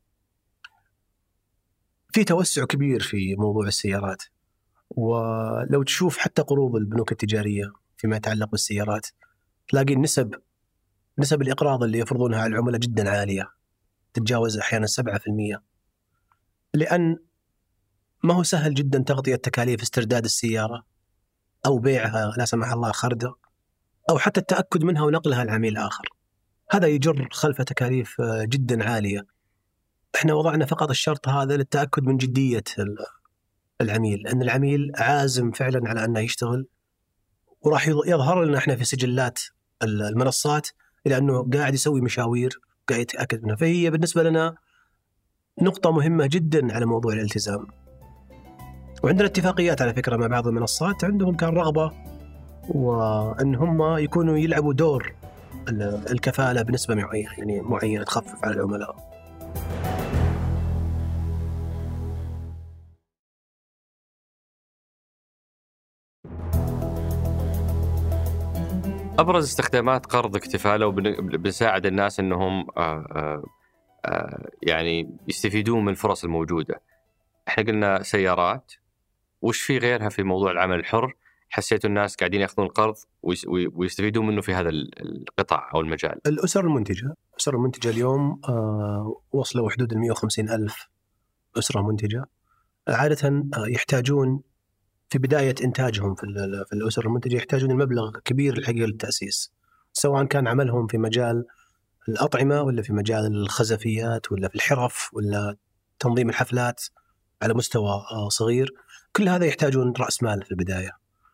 في توسع كبير في موضوع السيارات، ولو تشوف حتى قروض البنوك التجارية فيما يتعلق بالسيارات تلاقي النسب نسب الإقراض اللي يفرضونها على العملاء جدا عالية، تتجاوز أحيانا سبعة بالمئة، لأن ما هو سهل جدا تغطية تكاليف استرداد السيارة أو بيعها لا سمح الله خردة، أو حتى التأكد منها ونقلها لعميل آخر. هذا يجر خلفه تكاليف جدا عالية. احنا وضعنا فقط الشرط هذا للتأكد من جدية العميل، أن العميل عازم فعلا على أنه يشتغل، وراح يظهر لنا احنا في سجلات المنصات إلى أنه قاعد يسوي مشاوير قاعد يتأكد منها. فهي بالنسبة لنا نقطة مهمة جدا على موضوع الالتزام. وعندنا اتفاقيات على فكرة مع بعض المنصات عندهم كان رغبة وأن هم يكونوا يلعبوا دور الكفالة بنسبة معينة، يعني معينة تخفف على العملاء. أبرز استخدامات قرض اكتفاء لو بنساعد الناس أنهم يعني يستفيدون من الفرص الموجودة. احنا قلنا سيارات، وش في غيرها في موضوع العمل الحر حسيتوا الناس قاعدين ياخذون القرض ويستفيدون منه في هذا القطاع أو المجال؟ الأسر المنتجة الأسر المنتجة اليوم وصلوا حدود المئة وخمسين ألف أسرة منتجة، عادة يحتاجون في بداية إنتاجهم في الأسر المنتجة يحتاجون المبلغ كبير الحقيقة للتأسيس، سواء كان عملهم في مجال الأطعمة ولا في مجال الخزفيات ولا في الحرف ولا تنظيم الحفلات على مستوى صغير، كل هذا يحتاجون رأس مال في البداية.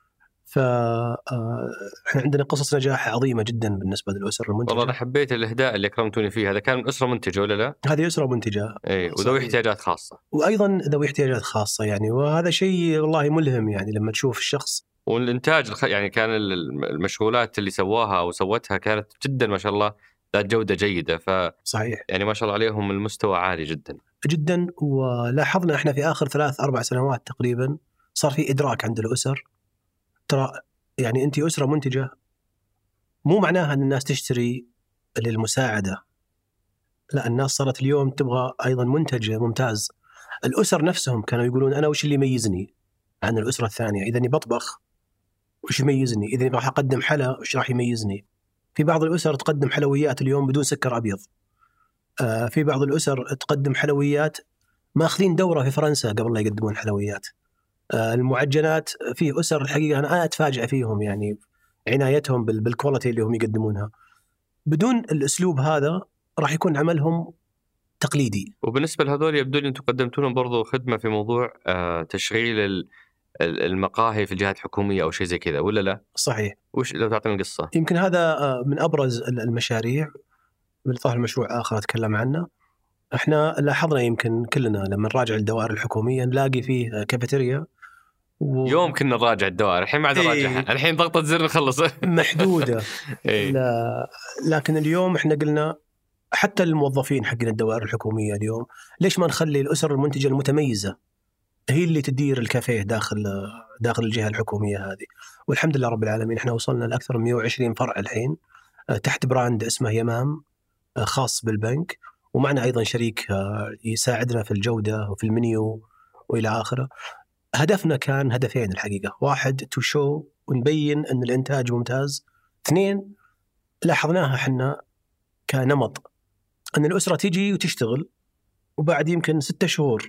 فإحنا عندنا قصص نجاح عظيمة جدا بالنسبة للأسر المنتجة. والله أنا حبيت الإهداء اللي أكرمتوني فيه، هذا كان من أسرة منتجة ولا لا؟ هذه أسرة منتجة إيه، وذوي احتياجات خاصة، وأيضا ذوي احتياجات خاصة يعني، وهذا شيء والله ملهم يعني لما تشوف الشخص. والإنتاج يعني كان المشغولات اللي سواها أو سوتها كانت جدا ما شاء الله ذات جودة جيدة، ف صحيح يعني ما شاء الله عليهم المستوى عالي جدا جدا. ولاحظنا احنا في آخر ثلاث أربع سنوات تقريبا صار في إدراك عند الأسر، ترى يعني أنت أسرة منتجة مو معناها أن الناس تشتري للمساعدة، لا، الناس صارت اليوم تبغى أيضا منتج ممتاز. الأسر نفسهم كانوا يقولون أنا وش اللي يميزني عن الأسرة الثانية؟ إذا بطبخ وش يميزني؟ إذا راح أقدم حلا وش راح يميزني؟ في بعض الأسر تقدم حلويات اليوم بدون سكر أبيض، آه في بعض الأسر تقدم حلويات ماخذين دورة في فرنسا قبل لا يقدمون حلويات. آه المعجنات في أسر الحقيقة أنا أتفاجأ فيهم يعني عنايتهم بالكواليتي اللي هم يقدمونها. بدون الأسلوب هذا راح يكون عملهم تقليدي. وبالنسبة لهذول يبدو لي أنتم قدمتوا لهم برضو خدمة في موضوع آه تشغيل المقاهي في الجهات الحكومية أو شيء زي كذا ولا لا؟ صحيح. وش لو تعطينا القصة؟ يمكن هذا من أبرز المشاريع، بالإضافة لمشروع آخر أتكلم عنه. إحنا لاحظنا يمكن كلنا لما نراجع الدوائر الحكومية نلاقي فيه كافيتيريا و... يوم كنا نراجع الدوائر، الحين ما عاد نراجعها، إيه. الحين ضغطة زر نخلص محدودة. إيه. لا... لكن اليوم إحنا قلنا حتى الموظفين حقين الدوائر الحكومية اليوم ليش ما نخلي الأسر المنتجة المتميزة هي اللي تدير الكافيه داخل داخل الجهة الحكومية هذه. والحمد لله رب العالمين احنا وصلنا لأكثر من مئة وعشرين فرع الحين تحت براند اسمه يمام خاص بالبنك، ومعنا أيضا شريك يساعدنا في الجودة وفي المنيو وإلى آخره. هدفنا كان هدفين الحقيقة، واحد تو شو ونبين أن الإنتاج ممتاز، اثنين لاحظناها احنا كنمط أن الأسرة تيجي وتشتغل وبعد يمكن ستة شهور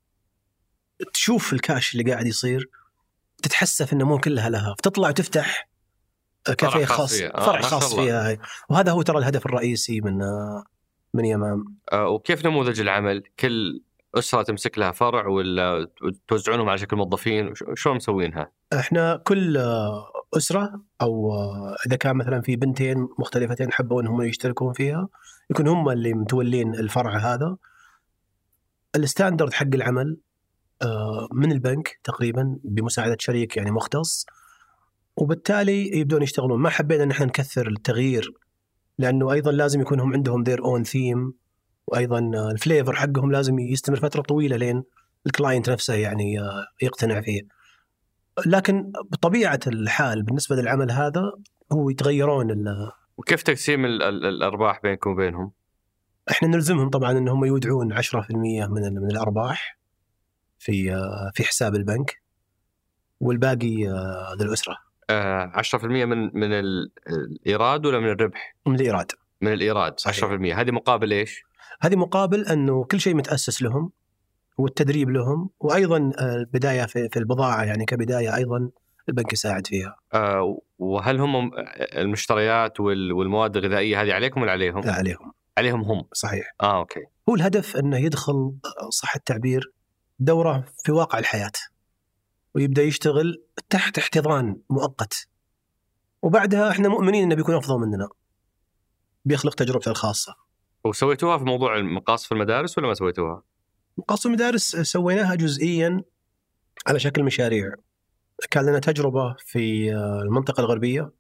تشوف الكاش اللي قاعد يصير تتحسف انه مو كلها لها، فتطلع وتفتح كافيه خاص فيها. فرع خاص فيها هاي. وهذا هو ترى الهدف الرئيسي من من يمام. أه وكيف نموذج العمل؟ كل أسرة تمسك لها فرع ولا توزعونهم على شكل موظفين؟ شلون مسوينها؟ احنا كل أسرة او اذا كان مثلا في بنتين مختلفتين حبوا انهم يشتركون فيها يكون هم اللي متولين الفرع هذا. الستاندرد حق العمل من البنك تقريبا بمساعدة شريك يعني مختص، وبالتالي يبدون يشتغلون. ما حبينا ان احنا نكثر التغيير لانه ايضا لازم يكون هم عندهم their own theme، وايضا الفليفر حقهم لازم يستمر فترة طويلة لين الكلاينت نفسه يعني يقتنع فيه. لكن بطبيعة الحال بالنسبة للعمل هذا هو يتغيرون ال... وكيف تقسيم ال ال الأرباح بينكم وبينهم؟ احنا نلزمهم طبعا انهم يودعون عشرة بالمئة من من الأرباح في في حساب البنك، والباقي للأسرة. عشرة بالمئة من من الإيراد ولا من الربح؟ من الإيراد. من الإيراد عشرة بالمئة. هذه مقابل إيش؟ هذه مقابل أنه كل شيء متأسس لهم والتدريب لهم، وأيضا البداية في في البضاعة يعني كبداية أيضا البنك يساعد فيها. أه وهل هم المشتريات والمواد الغذائية هذه عليكم ولا عليهم؟ لا عليهم. عليهم هم. صحيح. آه أوكي. هو الهدف أنه يدخل صح التعبير دورة في واقع الحياة ويبدأ يشتغل تحت احتضان مؤقت، وبعدها احنا مؤمنين انه بيكون افضل مننا، بيخلق تجربته الخاصة. وسويتوها في موضوع المقاص في المدارس ولا ما سويتوها؟ مقاص المدارس سويناها جزئيا على شكل مشاريع. كان لنا تجربة في المنطقة الغربية،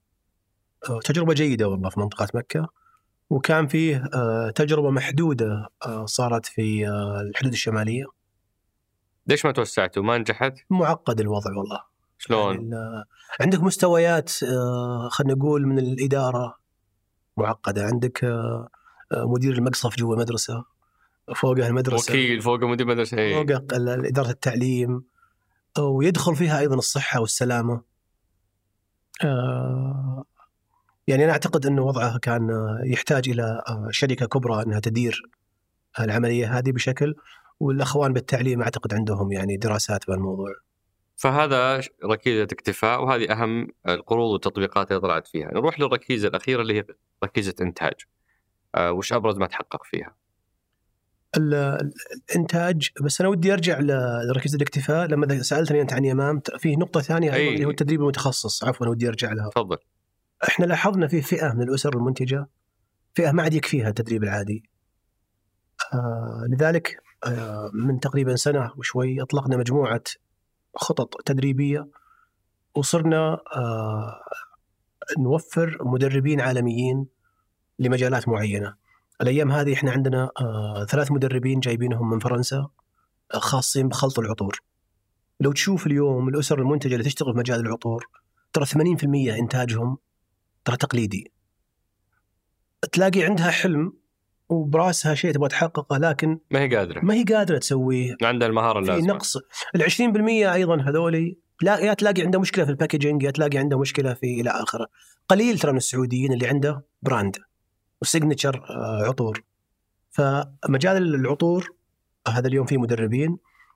تجربة جيدة والله في منطقة مكة، وكان فيه تجربة محدودة صارت في الحدود الشمالية. ليش ما توسعتوا؟ ما نجحت؟ معقد الوضع والله. شلون؟ يعني عندك مستويات خلينا نقول من الإدارة معقدة، عندك مدير المقصف جوا المدرسة، فوقه المدرسة وكيل، فوقه مدير مدرسة، فوقه إدارة التعليم، ويدخل فيها أيضا الصحة والسلامة. يعني أنا أعتقد أنه وضعها كان يحتاج إلى شركة كبرى أنها تدير العملية هذه بشكل، والأخوان بالتعليم أعتقد عندهم يعني دراسات بالموضوع. فهذا ركيزة اكتفاء، وهذه أهم القروض والتطبيقات اللي طلعت فيها. نروح للركيزة الأخيرة اللي هي ركيزة إنتاج. أه وش أبرز ما تحقق فيها؟ الإنتاج. بس أنا ودي أرجع لركيزة الاكتفاء. لما سألتني أنت عن يمام، فيه نقطة ثانية أيضا اللي هو التدريب المتخصص. عفوا ودي أرجع لها. تفضل. إحنا لاحظنا في فئة من الأسر المنتجة، فئة ما عاد يكفيها التدريب العادي. آه لذلك آه من تقريبا سنة وشوي أطلقنا مجموعة خطط تدريبية، وصرنا آه نوفر مدربين عالميين لمجالات معينة. الأيام هذه إحنا عندنا آه ثلاث مدربين جايبينهم من فرنسا، آه خاصين بخلط العطور. لو تشوف اليوم الأسر المنتجة اللي تشتغل في مجال العطور، ترى ثمانين بالمئة إنتاجهم ترى تقليدي. تلاقي عندها حلم وبراسها شيء تبغى تحققه، لكن ما هي قادرة ما هي قادرة تسويه، عندها المهارة اللازمة. في نقص. العشرين بالمئة أيضا هذولي لا، يا تلاقي عنده مشكلة في الباكيجينج، يا تلاقي عنده مشكلة في إلى آخره. قليل ترى من السعوديين اللي عنده براند وسيجنتشر عطور. فمجال العطور هذا اليوم فيه مدربين.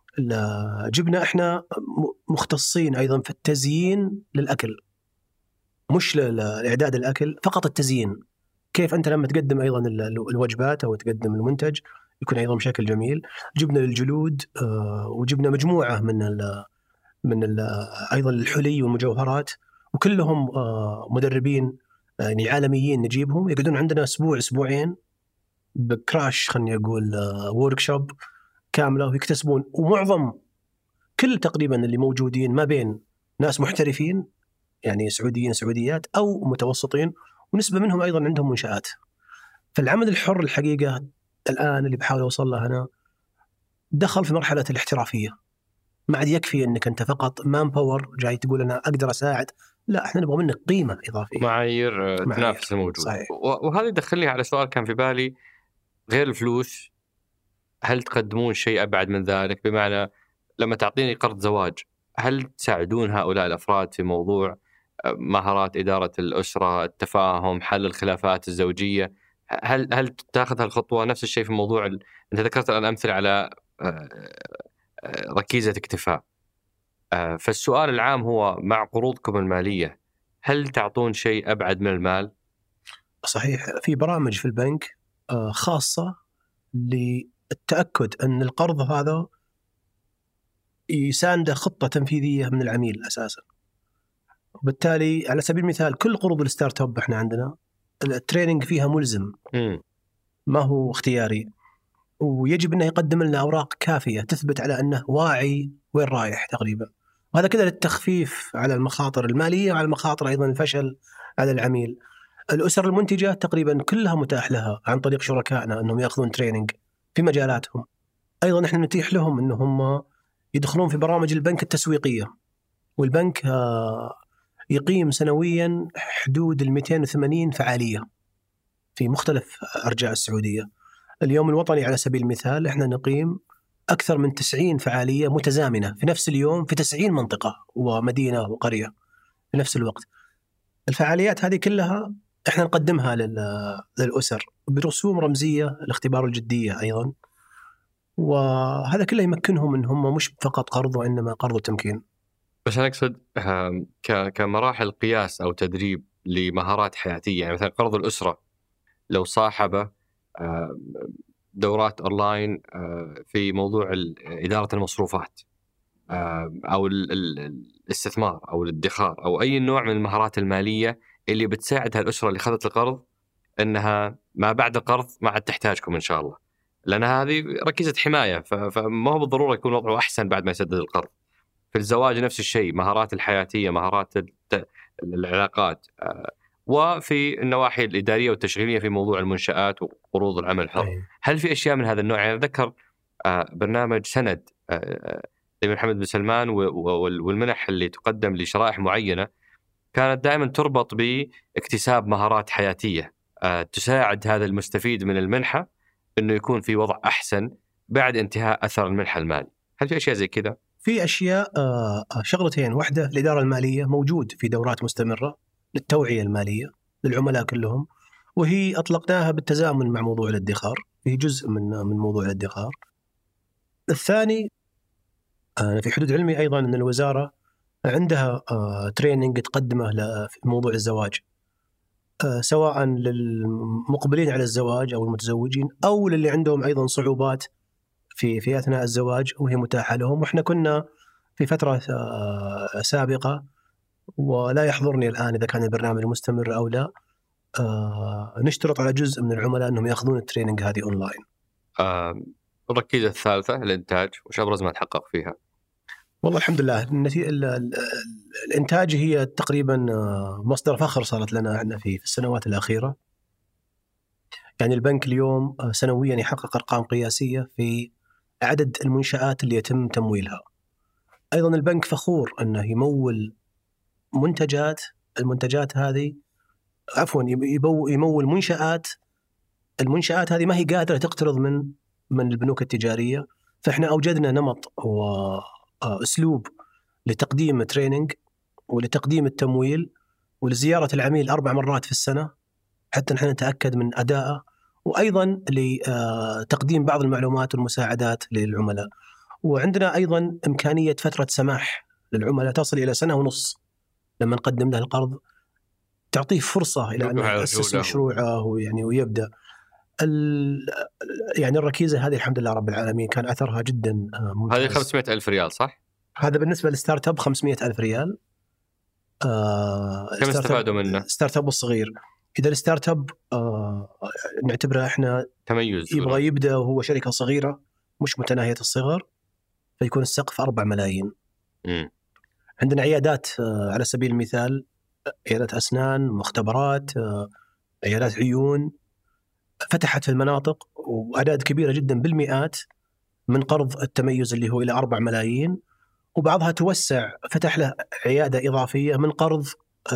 جبنا إحنا مختصين أيضا في التزيين للأكل، مش لإعداد الأكل فقط، التزيين. كيف أنت لما تقدم أيضا الوجبات أو تقدم المنتج يكون أيضا بشكل جميل. جبنا للجلود وجبنا مجموعة من ال من ال أيضا الحلي والمجوهرات، وكلهم مدربين يعني عالميين. نجيبهم يقعدون عندنا أسبوع أسبوعين بكراش، خلني أقول ووركشوب كاملة، ويكتسبون. ومعظم كل تقريبا اللي موجودين ما بين ناس محترفين يعني سعوديين سعوديات أو متوسطين، ونسبة منهم أيضا عندهم منشآت. فالعمل الحر الحقيقة الآن اللي بحاول أوصل له أنا دخل في مرحلة الاحترافية. ما عاد يكفي أنك أنت فقط مان باور جاي تقول أنا أقدر أساعد، لا، إحنا نبغى منك قيمة إضافية، معايير تنافس الموجود. صحيح. وهذا يدخلني على سؤال كان في بالي غير الفلوس. هل تقدمون شيء أبعد من ذلك؟ بمعنى لما تعطيني قرض زواج، هل تساعدون هؤلاء الأفراد في موضوع مهارات إدارة الأسرة، التفاهم، حل الخلافات الزوجية؟ هل هل تأخذ هالخطوة؟ نفس الشيء في موضوع ال... أنت ذكرت الآن أمثلة على ركيزة اكتفاء. فالسؤال العام هو مع قروضكم المالية هل تعطون شيء أبعد من المال؟ صحيح، في برامج في البنك خاصة للتأكد أن القرض هذا يساند خطة تنفيذية من العميل أساساً. وبالتالي على سبيل المثال كل قروض الستارت اب احنا عندنا التريننج فيها ملزم، م. ما هو اختياري، ويجب انه يقدم لنا اوراق كافيه تثبت على انه واعي وين رايح تقريبا. وهذا كذا للتخفيف على المخاطر الماليه وعلى المخاطر ايضا الفشل على العميل. الاسر المنتجه تقريبا كلها متاح لها عن طريق شركائنا انهم ياخذون تريننج في مجالاتهم. ايضا احنا نتيح لهم انهم يدخلون في برامج البنك التسويقيه، والبنك يقيم سنويا حدود ال مئتين وثمانين فعالية في مختلف أرجاء السعودية. اليوم الوطني على سبيل المثال احنا نقيم أكثر من تسعين فعالية متزامنة في نفس اليوم في تسعين منطقة ومدينة وقرية في نفس الوقت. الفعاليات هذه كلها احنا نقدمها للأسر برسوم رمزية لاختبار الجدية أيضا، وهذا كله يمكنهم ان هم مش فقط قرض وإنما قرض وتمكين. بس أنا أقصد كمراحل قياس أو تدريب لمهارات حياتية. يعني مثلا قرض الأسرة لو صاحبه دورات أونلاين في موضوع إدارة المصروفات أو الاستثمار أو الادخار أو أي نوع من المهارات المالية اللي بتساعد هالأسرة اللي خذت القرض أنها ما بعد القرض ما عاد تحتاجكم إن شاء الله، لأن هذه ركيزة حماية، فما هو بالضرورة يكون وضعه أحسن بعد ما يسدد القرض. في الزواج نفس الشيء، مهارات الحياتية، مهارات العلاقات، وفي النواحي الإدارية والتشغيلية في موضوع المنشآت وقروض العمل الحر. هل في أشياء من هذا النوع؟ يعني أذكر برنامج سند لمن محمد بن سلمان والمنح اللي تقدم لشرائح معينة كانت دائما تربط باكتساب مهارات حياتية تساعد هذا المستفيد من المنحة أنه يكون في وضع أحسن بعد انتهاء أثر المنحة المالي؟ هل في أشياء زي كذا؟ في أشياء شغلتين. واحدة الإدارة المالية، موجود في دورات مستمرة للتوعية المالية للعملاء كلهم، وهي أطلقناها بالتزامن مع موضوع الادخار، هي جزء من من موضوع الادخار. الثاني في حدود علمي أيضا أن الوزارة عندها تريننج تقدمه في موضوع الزواج، سواء للمقبلين على الزواج أو المتزوجين أو للي عندهم أيضا صعوبات في في أثناء الزواج وهي متاحة لهم. وإحنا كنا في فترة سابقة، ولا يحضرني الآن إذا كان البرنامج مستمر أو لا، نشترط على جزء من العملاء أنهم يأخذون التريننج هذه أونلاين. آه، الركيزة الثالثة الإنتاج، وش أبرز ما تحقق فيها؟ والله الحمد لله النتيجة الإنتاج هي تقريبا مصدر فخر صارت لنا احنا في في السنوات الأخيرة. يعني البنك اليوم سنويا يحقق أرقام قياسية في عدد المنشآت اللي يتم تمويلها. أيضا البنك فخور أنه يمول منتجات، المنتجات هذه عفوا يمول منشآت، المنشآت هذه ما هي قادرة تقترض من من البنوك التجارية. فإحنا أوجدنا نمط وأسلوب لتقديم تريننج ولتقديم التمويل ولزيارة العميل أربع مرات في السنة حتى نحن نتأكد من أدائه، وأيضا لتقديم بعض المعلومات والمساعدات للعملاء. وعندنا أيضا إمكانية فترة سماح للعملاء تصل إلى سنة ونص لما نقدم له القرض، تعطيه فرصة إلى أن يأسس مشروعه ويعني ويبدأ. يعني الركيزة هذه الحمد لله رب العالمين كان أثرها جدا ممتاز. هذه خمسمائة ألف ريال صح؟ هذا بالنسبة للستارت اب خمسمائة ألف ريال. آه كم استفادوا منه؟ ستارت اب الصغير. إذا الستارت اب آه نعتبره إحنا تميز، يبغى يبدأ وهو شركة صغيرة مش متناهية الصغر، فيكون السقف أربع ملايين. م. عندنا عيادات آه على سبيل المثال، عيادات أسنان، مختبرات، آه عيادات عيون فتحت في المناطق وأعداد كبيرة جدا بالمئات من قرض التميز اللي هو إلى أربع ملايين، وبعضها توسع فتح له عيادة إضافية من قرض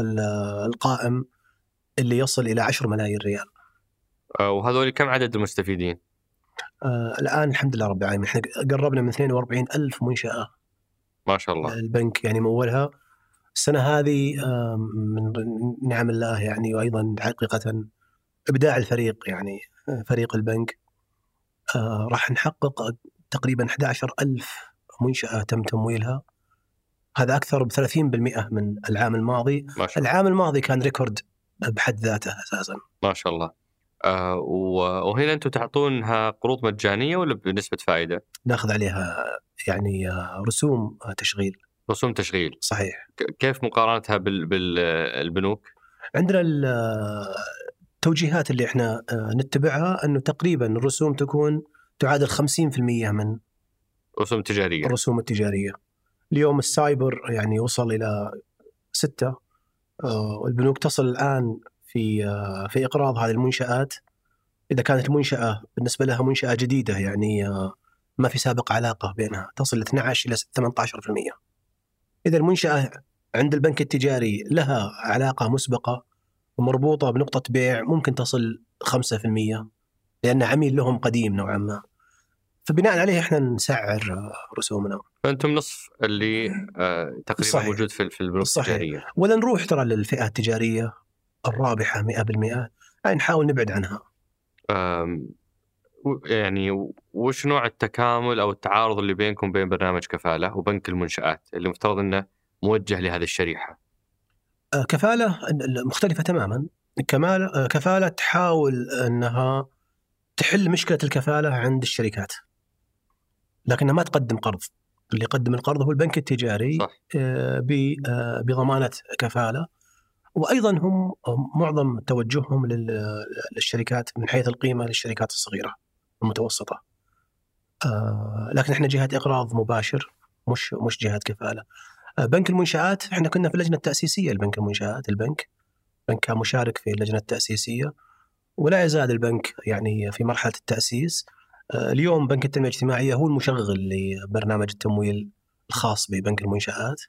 القائم اللي يصل إلى عشر ملايين ريال. وهذول كم عدد المستفيدين؟ آه الآن الحمد لله رب العالمين احنا قربنا من اثنين وأربعين ألف منشأة ما شاء الله. البنك يعني مولها السنة هذه آه من نعم الله يعني، وأيضا حقيقة إبداع الفريق يعني فريق البنك. آه راح نحقق تقريبا أحد عشر ألف منشأة تم تمويلها، هذا أكثر بثلاثين بالمئة من العام الماضي. العام الماضي كان ريكورد بحد ذاته أساسا. ما شاء الله. آه وهنا أنتم تعطونها قروض مجانية ولا بنسبة فائدة؟ ناخذ عليها يعني رسوم تشغيل. رسوم تشغيل صحيح. كيف مقارنتها بالبنوك؟ عندنا التوجيهات اللي احنا نتبعها أنه تقريبا الرسوم تكون تعادل خمسين بالمئة من رسوم تجارية. الرسوم التجارية. اليوم السايبر يعني وصل إلى ستة، والبنوك تصل الآن في في إقراض هذه المنشآت إذا كانت المنشأة بالنسبة لها منشأة جديدة يعني ما في سابق علاقة بينها، تصل اثني عشر إلى ثمانية عشر بالمئة. إذا المنشأة عند البنك التجاري لها علاقة مسبقة ومربوطة بنقطة بيع ممكن تصل خمسة بالمئة لأن عميل لهم قديم نوعا ما، فبناء عليه احنا نسعر رسومنا. فانتم نصف اللي آه تقريبا صحيح. موجود في في البنوك التجاريه، ولا نروح ترى للفئه التجاريه الرابحه مئة بالمئة، يعني نحاول نبعد عنها. يعني وش نوع التكامل او التعارض اللي بينكم بين برنامج كفاله وبنك المنشآت اللي مفترض انه موجه لهذه الشريحه؟ آه كفاله مختلفه تماما. كمال كفاله تحاول انها تحل مشكله الكفاله عند الشركات لكنها ما تقدم قرض. اللي يقدم القرض هو البنك التجاري بضمانة كفالة، وأيضا هم معظم توجههم للشركات من حيث القيمة للشركات الصغيرة المتوسطة، لكن احنا جهة إقراض مباشر مش مش جهة كفالة. بنك المنشآت احنا كنا في اللجنة التأسيسية لبنك المنشآت، البنك بنك كان مشارك في اللجنة التأسيسية ولا يزال البنك يعني في مرحلة التأسيس. اليوم بنك التنمية الاجتماعية هو المشغل لبرنامج التمويل الخاص ببنك المنشآت،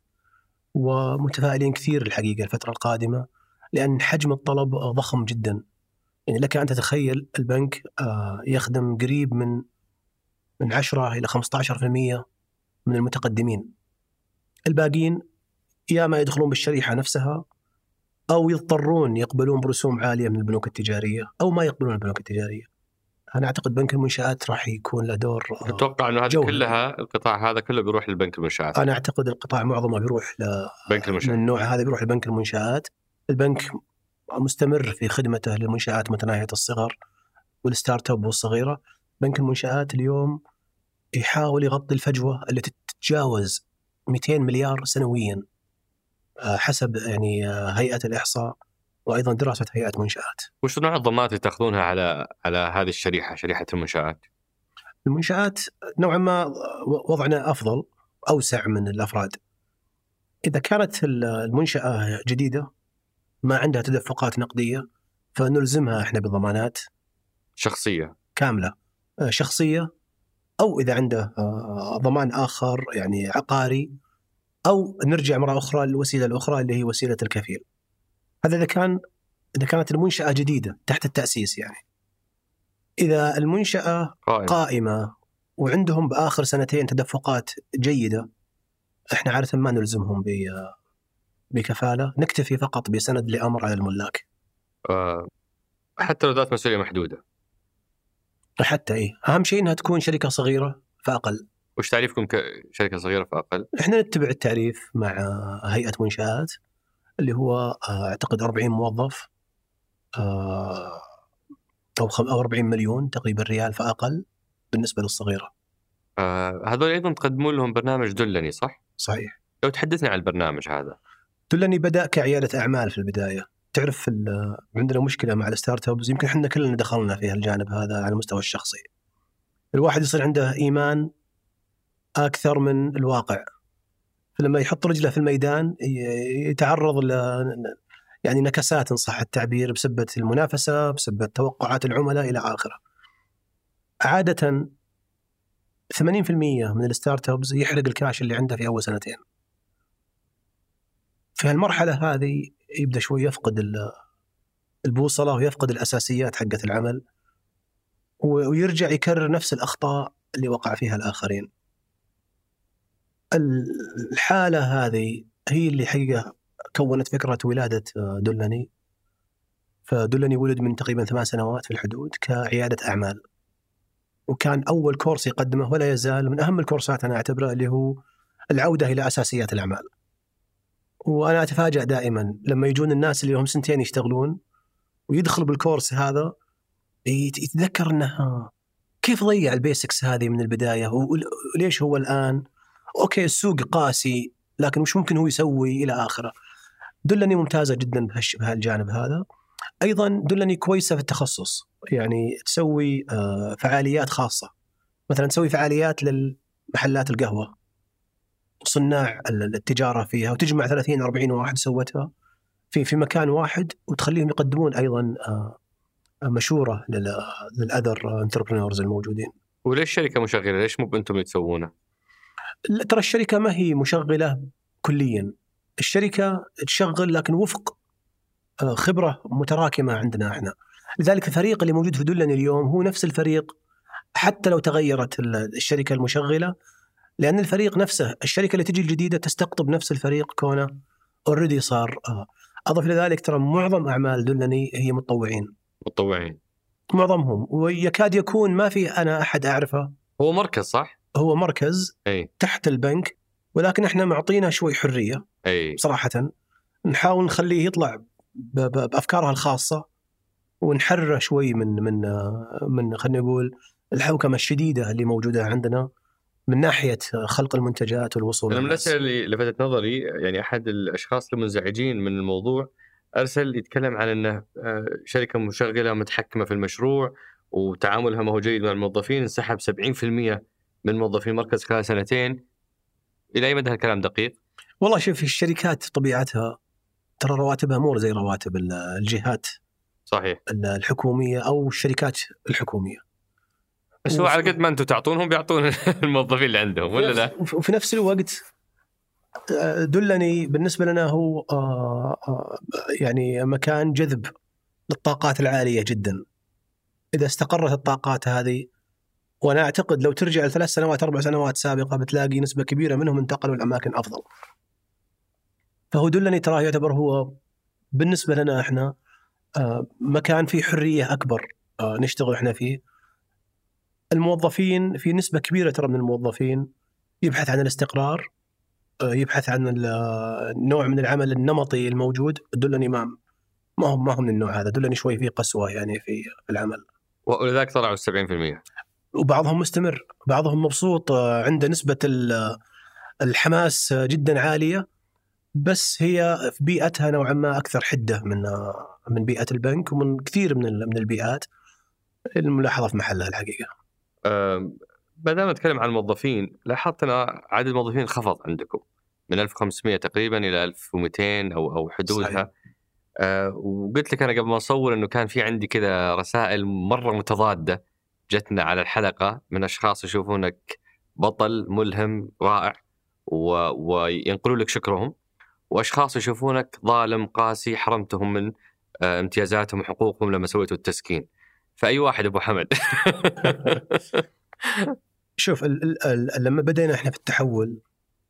ومتفائلين كثير الحقيقة الفترة القادمة لأن حجم الطلب ضخم جدا. يعني لك أن تتخيل البنك يخدم قريب من من عشرة إلى خمسة عشر بالمئة من المتقدمين. الباقين يا ما يدخلون بالشريحة نفسها أو يضطرون يقبلون برسوم عالية من البنوك التجارية أو ما يقبلون البنوك التجارية. أنا أعتقد بنك المنشآت راح يكون له دور. أتوقع أنه هذه كلها القطاع هذا كله بيروح للبنك المنشآت. أنا أعتقد القطاع معظمه بيروح لبنك المنشآت من النوع هذا، بيروح لبنك المنشآت. البنك مستمر في خدمته للمنشآت متناهية الصغر والستارت اب والصغيرة. بنك المنشآت اليوم يحاول يغطي الفجوة التي تتجاوز مئتين مليار سنويا حسب يعني هيئة الإحصاء وأيضا دراسة هيئة منشآت. وش نوع الضمانات اللي تأخذونها على على هذه الشريحة، شريحة المنشآت؟ المنشآت نوعا ما وضعنا أفضل، أوسع من الأفراد. إذا كانت المنشأة جديدة ما عندها تدفقات نقدية فنلزمها إحنا بضمانات شخصية كاملة شخصية، أو إذا عنده ضمان آخر يعني عقاري، أو نرجع مرة أخرى للوسيلة الأخرى اللي هي وسيلة الكفيل. هذا إذا كان إذا كانت المنشأة جديدة تحت التأسيس. يعني إذا المنشأة قائمة, قائمة وعندهم بآخر سنتين تدفقات جيدة، إحنا عادة ما نلزمهم بكفالة، نكتفي فقط بسند لأمر على الملاك. أه حتى لو ذات مسؤولية محدودة. حتى إيه، أهم شيء إنها تكون شركة صغيرة فأقل. وش تعريفكم كشركة صغيرة فأقل؟ إحنا نتبع التعريف مع هيئة منشآت اللي هو أعتقد أربعين موظف أو أربعين مليون تقريبا ريال فأقل بالنسبة للصغيرة. آه هذول أيضا تقدمون لهم برنامج دلني صح؟ صحيح. لو تحدثنا عن البرنامج هذا. دلني بدأ كعيادة أعمال في البداية. تعرف عندنا مشكلة مع الستارت ابز، يمكن احنا كلنا دخلنا في الجانب هذا على المستوى الشخصي. الواحد يصير عنده إيمان أكثر من الواقع، فلما يحط رجله في الميدان يتعرض ل يعني نكسات إن صح التعبير بسبب المنافسة، بسبب توقعات العملاء إلى آخره. عادة ثمانين بالمئة من الستارت ابز يحرق الكاش اللي عنده في أول سنتين. في هالمرحلة هذه يبدأ شوي يفقد البوصلة ويفقد الأساسيات حقة العمل، ويرجع يكرر نفس الأخطاء اللي وقع فيها الآخرين. الحالة هذه هي اللي حقيقة كونت فكرة ولادة دلني. فدلني ولد من تقريبا ثمان سنوات في الحدود كعيادة أعمال، وكان أول كورس يقدمه ولا يزال من أهم الكورسات أنا أعتبره اللي هو العودة إلى أساسيات الأعمال. وأنا أتفاجأ دائما لما يجون الناس اللي هم سنتين يشتغلون ويدخل بالكورس هذا يتذكر أنه كيف ضيع البيسكس هذه من البداية، وليش هو الآن أوكي السوق قاسي لكن وش ممكن هو يسوي إلى آخره. دلني ممتازة جدا بهالجانب هذا. أيضا دلني كويسة في التخصص، يعني تسوي فعاليات خاصة، مثلا تسوي فعاليات للمحلات القهوة صناع التجارة فيها، وتجمع ثلاثين أربعين واحد سوتها في في مكان واحد وتخليهم يقدمون أيضا مشورة للأذر انتربرينورز الموجودين. وليش شركة مشغلة؟ ليش مو بأنتم اللي تسوونه؟ ترى الشركة ما هي مشغلة كليا، الشركة تشغل لكن وفق خبرة متراكمة عندنا احنا. لذلك الفريق اللي موجود في دلني اليوم هو نفس الفريق حتى لو تغيرت الشركة المشغلة، لأن الفريق نفسه الشركة اللي تجي الجديدة تستقطب نفس الفريق كونه already صار. أضف لذلك ترى معظم أعمال دلني هي متطوعين متطوعين معظمهم، ويكاد يكون ما في أنا أحد أعرفه. هو مركز صح؟ هو مركز أي. تحت البنك، ولكن إحنا معطينا شوي حرية. أي. صراحة نحاول نخليه يطلع بأفكارها الخاصة ونحرر شوي من من من خلينا نقول الحوكمة الشديدة اللي موجودة عندنا من ناحية خلق المنتجات والوصول. أنا من الأسئلة اللي لفتت نظري يعني أحد الأشخاص المنزعجين من الموضوع أرسل يتكلم عن أنه شركة مشغلة متحكمة في المشروع وتعاملها ما هو جيد مع الموظفين، انسحب سبعين بالمئة من موظفين المركز خلال سنتين. إلى أي مدى هالكلام دقيق؟ والله شوف الشركات طبيعتها ترى رواتبها مو زي رواتب الجهات صحيح الحكومية أو الشركات الحكومية، بس هو على قد ما أنتم تعطونهم بيعطون الموظفين اللي عندهم ولا لا؟ وفي نفس الوقت دلني بالنسبة لنا هو يعني مكان جذب للطاقات العالية جدا. إذا استقرت الطاقات هذه، وأنا أعتقد لو ترجع لثلاث سنوات أربع سنوات سابقة بتلاقي نسبة كبيرة منهم انتقلوا لأماكن أفضل. فهو دلني تراه يعتبر هو بالنسبة لنا إحنا مكان فيه حرية أكبر نشتغل إحنا فيه. الموظفين في نسبة كبيرة ترى من الموظفين يبحث عن الاستقرار، يبحث عن النوع من العمل النمطي الموجود. دلني ما ما هم ما هم من النوع هذا، دلني شوي فيه قسوة يعني في العمل، ولذلك طلعوا السبعين في المية. وبعضهم مستمر، بعضهم مبسوط، عنده نسبة الحماس جدا عالية، بس هي في بيئتها نوعا ما أكثر حدة من من بيئة البنك ومن كثير من من البيئات. الملاحظة في محلها الحقيقة. أه بدأنا نتكلم عن الموظفين، لاحظت أن عدد الموظفين خفض عندكم من ألف وخمسمية تقريبا إلى ألف ومئتين أو أو حدودها. أه وقلت لك أنا قبل ما أصور أنه كان في عندي كذا رسائل مرة متضادة جتنا على الحلقة من أشخاص يشوفونك بطل ملهم رائع وينقلوا لك شكرهم، وأشخاص يشوفونك ظالم قاسي حرمتهم من أه امتيازاتهم وحقوقهم لما سويتوا التسكين. فأي واحد أبو حمد؟ شوف ال ال لما بدينا إحنا في التحول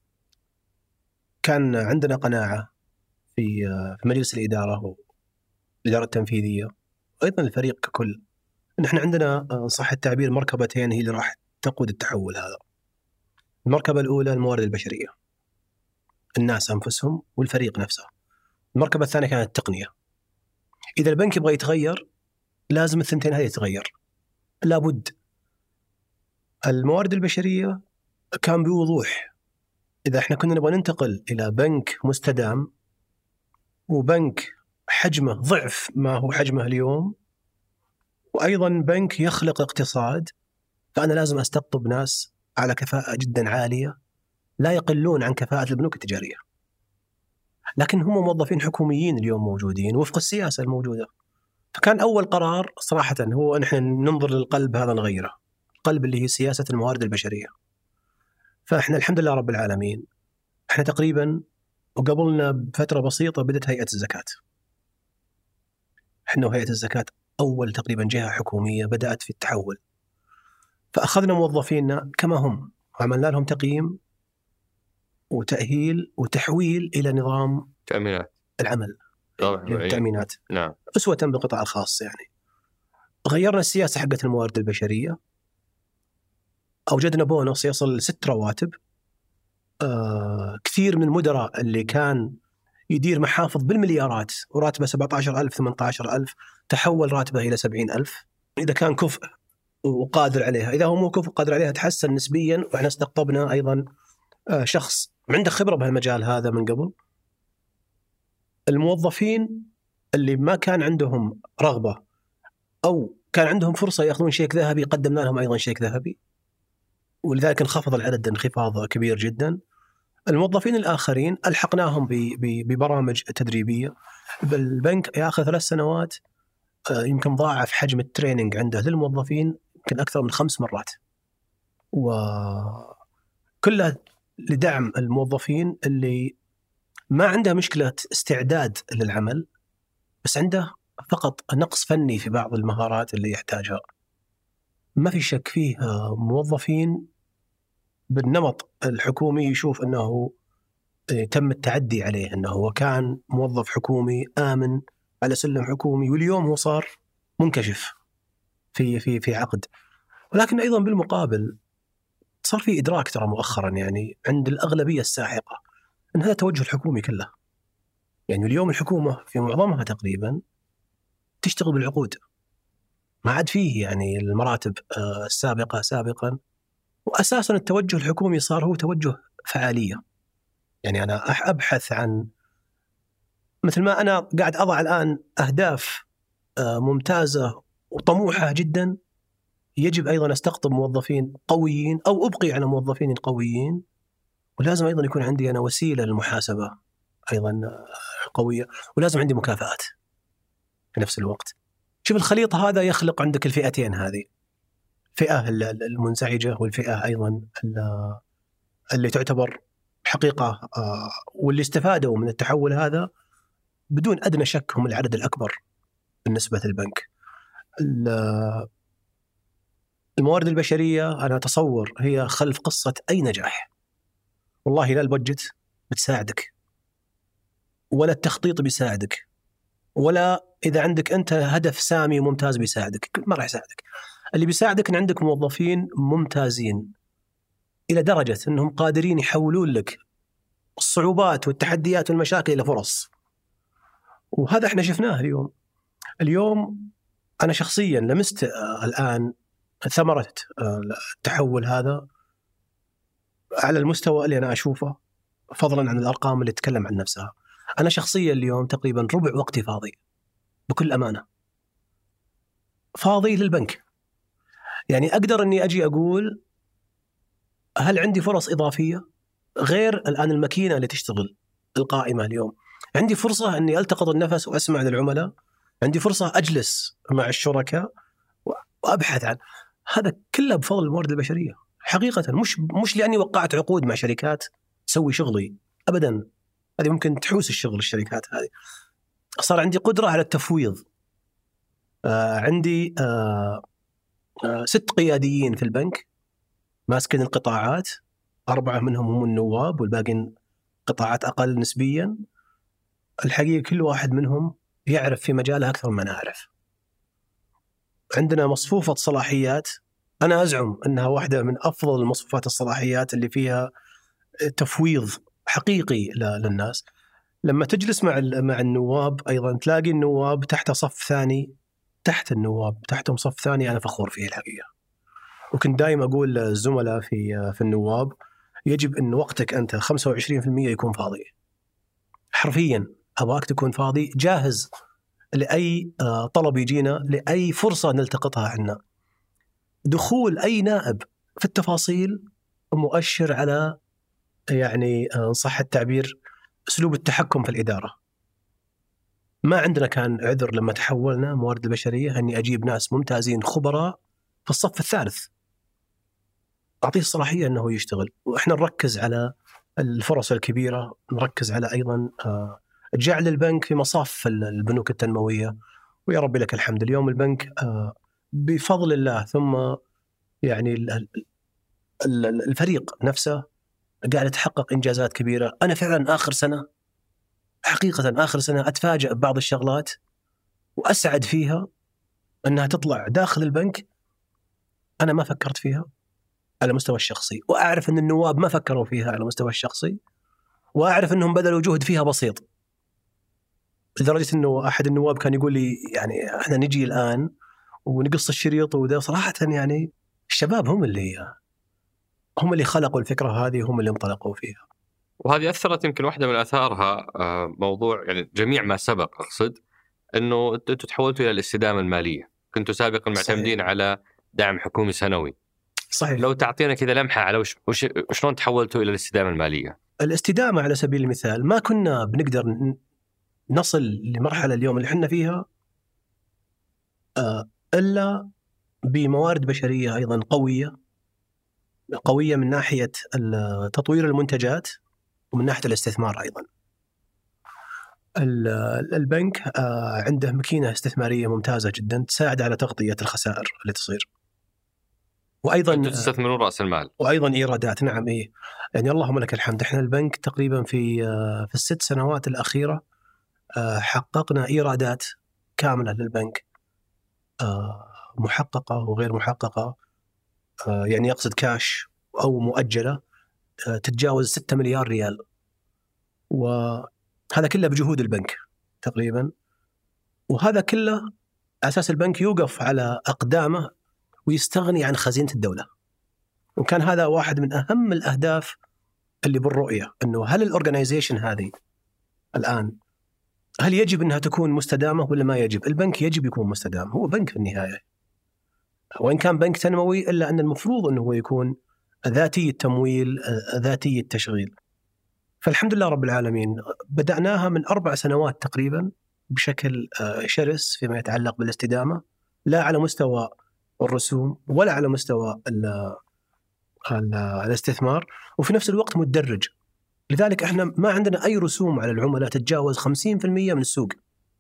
كان عندنا قناعة في في مجلس الإدارة والإدارة التنفيذية وأيضا الفريق ككل، إن إحنا عندنا صح التعبير مركبتين هي اللي راح تقود التحول هذا. المركبة الأولى الموارد البشرية، الناس أنفسهم والفريق نفسه. المركبة الثانية كانت التقنية. إذا البنك يبغى يتغير لازم الثنتين هذه تتغير لابد. الموارد البشرية كان بوضوح إذا إحنا كنا نبغى ننتقل إلى بنك مستدام وبنك حجمه ضعف ما هو حجمه اليوم، وأيضا بنك يخلق اقتصاد، فأنا لازم أستقطب ناس على كفاءة جدا عالية لا يقلون عن كفاءة البنوك التجارية. لكن هم موظفين حكوميين اليوم موجودين وفق السياسة الموجودة. فكان أول قرار صراحة هو أن احنا ننظر للقلب هذا نغيره، القلب اللي هي سياسة الموارد البشرية. فإحنا الحمد لله رب العالمين إحنا تقريبا وقبلنا بفترة بسيطة بدت هيئة الزكاة. إحنا وهيئة الزكاة أول تقريبا جهة حكومية بدأت في التحول. فأخذنا موظفينا كما هم وعملنا لهم تقييم وتأهيل وتحويل إلى نظام تأمينات العمل، التأمينات. نعم. أسوة بالقطاع الخاص. يعني غيرنا السياسة حقت الموارد البشرية، أوجدنا بونص يصل ست رواتب. آه كثير من المدراء اللي كان يدير محافظ بالمليارات وراتبه سبعة عشر ألف ثمانية عشر ألف تحول راتبه إلى سبعين ألف إذا كان كفء وقادر عليها. إذا هو مو كفء وقادر عليها تحسن نسبيا. وإحنا استقطبنا أيضا آه شخص عنده خبرة بهالمجال هذا من قبل. الموظفين اللي ما كان عندهم رغبة أو كان عندهم فرصة يأخذون شيك ذهبي قدمنا لهم أيضا شيك ذهبي، ولذلك انخفض العدد انخفاض كبير جدا. الموظفين الآخرين ألحقناهم ببرامج تدريبية. بالبنك يأخذ ثلاث سنوات يمكن ضاعف حجم التريننج عنده للموظفين يمكن أكثر من خمس مرات، وكلها لدعم الموظفين اللي ما عنده مشكلة استعداد للعمل بس عنده فقط نقص فني في بعض المهارات اللي يحتاجها. ما في شك فيه موظفين بالنمط الحكومي يشوف أنه تم التعدي عليه، أنه هو كان موظف حكومي آمن على سلم حكومي واليوم هو صار منكشف في في في عقد. ولكن أيضا بالمقابل صار في إدراك ترى مؤخرا يعني عند الأغلبية الساحقة أن هذا توجه الحكومي كله. يعني اليوم الحكومة في معظمها تقريبا تشتغل بالعقود، ما عاد فيه يعني المراتب السابقة سابقا. وأساسا التوجه الحكومي صار هو توجه فعالية. يعني أنا أبحث عن مثل ما أنا قاعد أضع الآن أهداف ممتازة وطموحة جدا، يجب أيضا أستقطب موظفين قويين أو أبقي على موظفين قويين، ولازم أيضا يكون عندي أنا وسيلة للمحاسبة أيضا قوية، ولازم عندي مكافآت في نفس الوقت. شوف الخليط هذا يخلق عندك الفئتين هذه، فئة المنزعجة والفئة أيضا اللي تعتبر حقيقة واللي استفادوا من التحول هذا بدون أدنى شك هم العدد الأكبر بالنسبة للبنك. الموارد البشرية أنا أتصور هي خلف قصة أي نجاح. والله لا البجت بتساعدك، ولا التخطيط بيساعدك، ولا إذا عندك أنت هدف سامي وممتاز بيساعدك، ما راح يساعدك. اللي بيساعدك أن عندك موظفين ممتازين إلى درجة أنهم قادرين يحولون لك الصعوبات والتحديات والمشاكل إلى فرص. وهذا احنا شفناه اليوم. اليوم أنا شخصيا لمست آه الآن ثمرة آه التحول هذا على المستوى اللي أنا أشوفه، فضلا عن الأرقام اللي تتكلم عن نفسها. أنا شخصيا اليوم تقريبا ربع وقتي فاضي، بكل أمانة فاضي للبنك. يعني أقدر أني أجي أقول هل عندي فرص إضافية غير الآن الماكينة اللي تشتغل القائمة اليوم؟ عندي فرصة أني ألتقط النفس وأسمع للعملاء، عندي فرصة أجلس مع الشركاء وأبحث عن هذا كله بفضل الموارد البشرية حقيقة. مش مش لأني وقعت عقود مع شركات تسوي شغلي أبدا، هذه ممكن تحوس الشغل الشركات هذه. صار عندي قدرة على التفويض. آه عندي آه آه ست قياديين في البنك ماسكين القطاعات، أربعة منهم هم النواب والباقين قطاعات أقل نسبيا. الحقيقة كل واحد منهم يعرف في مجاله أكثر من أعرف. عندنا مصفوفة صلاحيات أنا أزعم أنها واحدة من أفضل مصفوفات الصلاحيات اللي فيها تفويض حقيقي للناس. لما تجلس مع مع النواب أيضا تلاقي النواب تحت صف ثاني، تحت النواب تحتهم صف ثاني أنا فخور فيه الحقيقة. وكنت دائما أقول للزملاء في في النواب يجب أن وقتك أنت خمسة وعشرين بالمئة يكون فاضي حرفيا. أبغاك تكون فاضي جاهز لأي طلب يجينا، لأي فرصة نلتقطها عنا. دخول أي نائب في التفاصيل مؤشر على يعني إن صح التعبير أسلوب التحكم في الإدارة. ما عندنا كان عذر لما تحولنا موارد البشرية أني أجيب ناس ممتازين خبراء في الصف الثالث أعطيه الصلاحية أنه يشتغل، وإحنا نركز على الفرص الكبيرة، نركز على أيضا جعل البنك في مصاف البنوك التنموية. ويا ربي لك الحمد اليوم البنك بفضل الله ثم يعني الفريق نفسه قاعد يتحقق إنجازات كبيرة. أنا فعلا آخر سنة حقيقة آخر سنة أتفاجأ ببعض الشغلات وأسعد فيها أنها تطلع داخل البنك أنا ما فكرت فيها على مستوى الشخصي، وأعرف أن النواب ما فكروا فيها على مستوى الشخصي، وأعرف أنهم بذلوا جهد فيها بسيط، لدرجة أنه أحد النواب كان يقول لي يعني إحنا نجي الآن ونقص الشريط وده. صراحة يعني الشباب هم اللي هم اللي خلقوا الفكرة هذه، هم اللي انطلقوا فيها. وهذه أثرت يمكن واحدة من آثارها موضوع يعني جميع ما سبق، أقصد أنه أنتوا تحولتوا إلى الاستدامة المالية. كنتوا سابقا معتمدين على دعم حكومي سنوي. صحيح. لو تعطينا كذا لمحة على وش وش شلون تحولتوا إلى الاستدامة المالية؟ الاستدامة على سبيل المثال ما كنا بنقدر نصل لمرحلة اليوم اللي احنا فيها إلا بموارد بشرية أيضا قوية قوية من ناحية تطوير المنتجات ومن ناحية الاستثمار. أيضا البنك عنده ماكينة استثمارية ممتازة جدا تساعد على تغطية الخسائر اللي تصير، وأيضا تستثمرون رأس المال وأيضا إيرادات. نعم إيه يعني اللهم لك الحمد. إحنا البنك تقريبا في في الست سنوات الأخيرة حققنا إيرادات كاملة للبنك محققة وغير محققة، يعني يقصد كاش أو مؤجلة تتجاوز ستة مليار ريال، وهذا كله بجهود البنك تقريبا. وهذا كله أساس البنك يوقف على أقدامه ويستغني عن خزينة الدولة. وكان هذا واحد من أهم الأهداف اللي بالرؤية، أنه هل الأورجنايزيشن هذه الآن هل يجب أنها تكون مستدامة ولا ما يجب؟ البنك يجب يكون مستدام، هو بنك في النهاية، وإن كان بنك تنموي إلا أن المفروض أنه هو يكون ذاتي التمويل ذاتي التشغيل. فالحمد لله رب العالمين بدأناها من أربع سنوات تقريبا بشكل شرس فيما يتعلق بالاستدامة، لا على مستوى الرسوم ولا على مستوى ال ال الاستثمار، وفي نفس الوقت متدرج. لذلك احنا ما عندنا أي رسوم على العملاء تتجاوز خمسين بالمئة من السوق.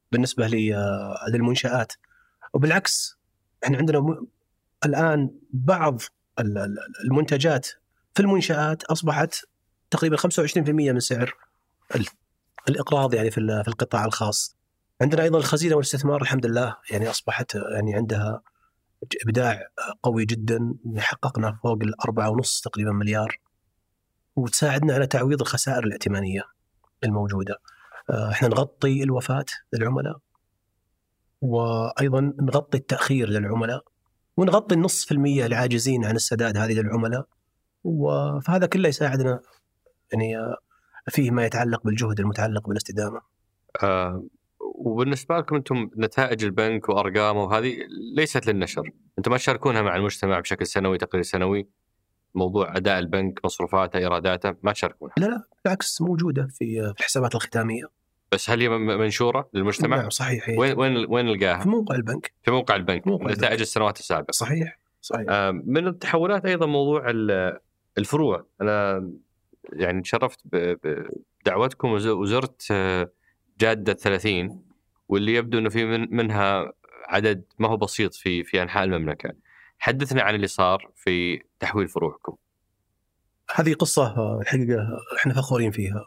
بالنسبة للمنشآت. وبالعكس احنا عندنا الآن بعض المنتجات في المنشآت أصبحت تقريبا خمسة وعشرين بالمئة من سعر الإقراض يعني في القطاع الخاص. عندنا أيضا الخزينة والاستثمار الحمد لله يعني أصبحت يعني عندها إبداع قوي جدا، حققنا فوق الأربعة ونص تقريبا مليار، وتساعدنا على تعويض الخسائر الائتمانية الموجودة. احنا نغطي الوفاة للعملاء، وأيضا نغطي التأخير للعملاء، ونغطي النص في المية العاجزين عن السداد هذه للعملاء. وفهذا كله يساعدنا يعني فيه ما يتعلق بالجهد المتعلق بالاستدامة. آه وبالنسبة لكم أنتم نتائج البنك وأرقامه وهذه ليست للنشر، أنتم ما تشاركونها مع المجتمع بشكل سنوي، تقرير سنوي، موضوع أداء البنك، مصروفاته، إيراداته، ما تشاركونها؟ لا لا بالعكس موجودة في الحسابات الختامية. بس هل هي منشورة للمجتمع؟ نعم صحيح. وين وين وين نلقاها؟ في موقع البنك. في موقع البنك. موقع نتائج البنك. السنوات السابقة. صحيح صحيح. آه من التحولات أيضا موضوع الفروع. أنا يعني تشرفت بدعوتكم وزرت جادة ثلاثين، واللي يبدو أنه في من منها عدد ما هو بسيط في في أنحاء المملكة. حدثنا عن اللي صار في تحويل فروعكم. هذه قصة الحقيقة احنا فخورين فيها،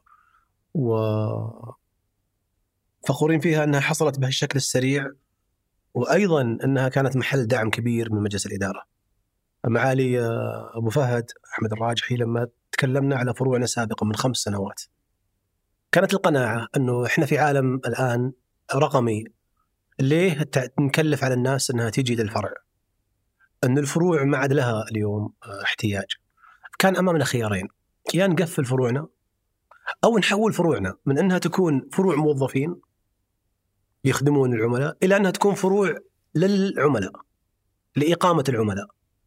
وفخورين فيها أنها حصلت بهالشكل السريع، وأيضا أنها كانت محل دعم كبير من مجلس الإدارة. معالي أبو فهد أحمد الراجحي لما تكلمنا على فروعنا سابقا من خمس سنوات كانت القناعة أنه إحنا في عالم الآن رقمي، ليه نكلف على الناس أنها تيجي للفرع، أن الفروع ما عاد لها اليوم احتياج. كان أمامنا خيارين، يا نقفل فروعنا أو نحول فروعنا من أنها تكون فروع موظفين يخدمون العملاء إلى أنها تكون فروع للعملاء لإقامة العملاء.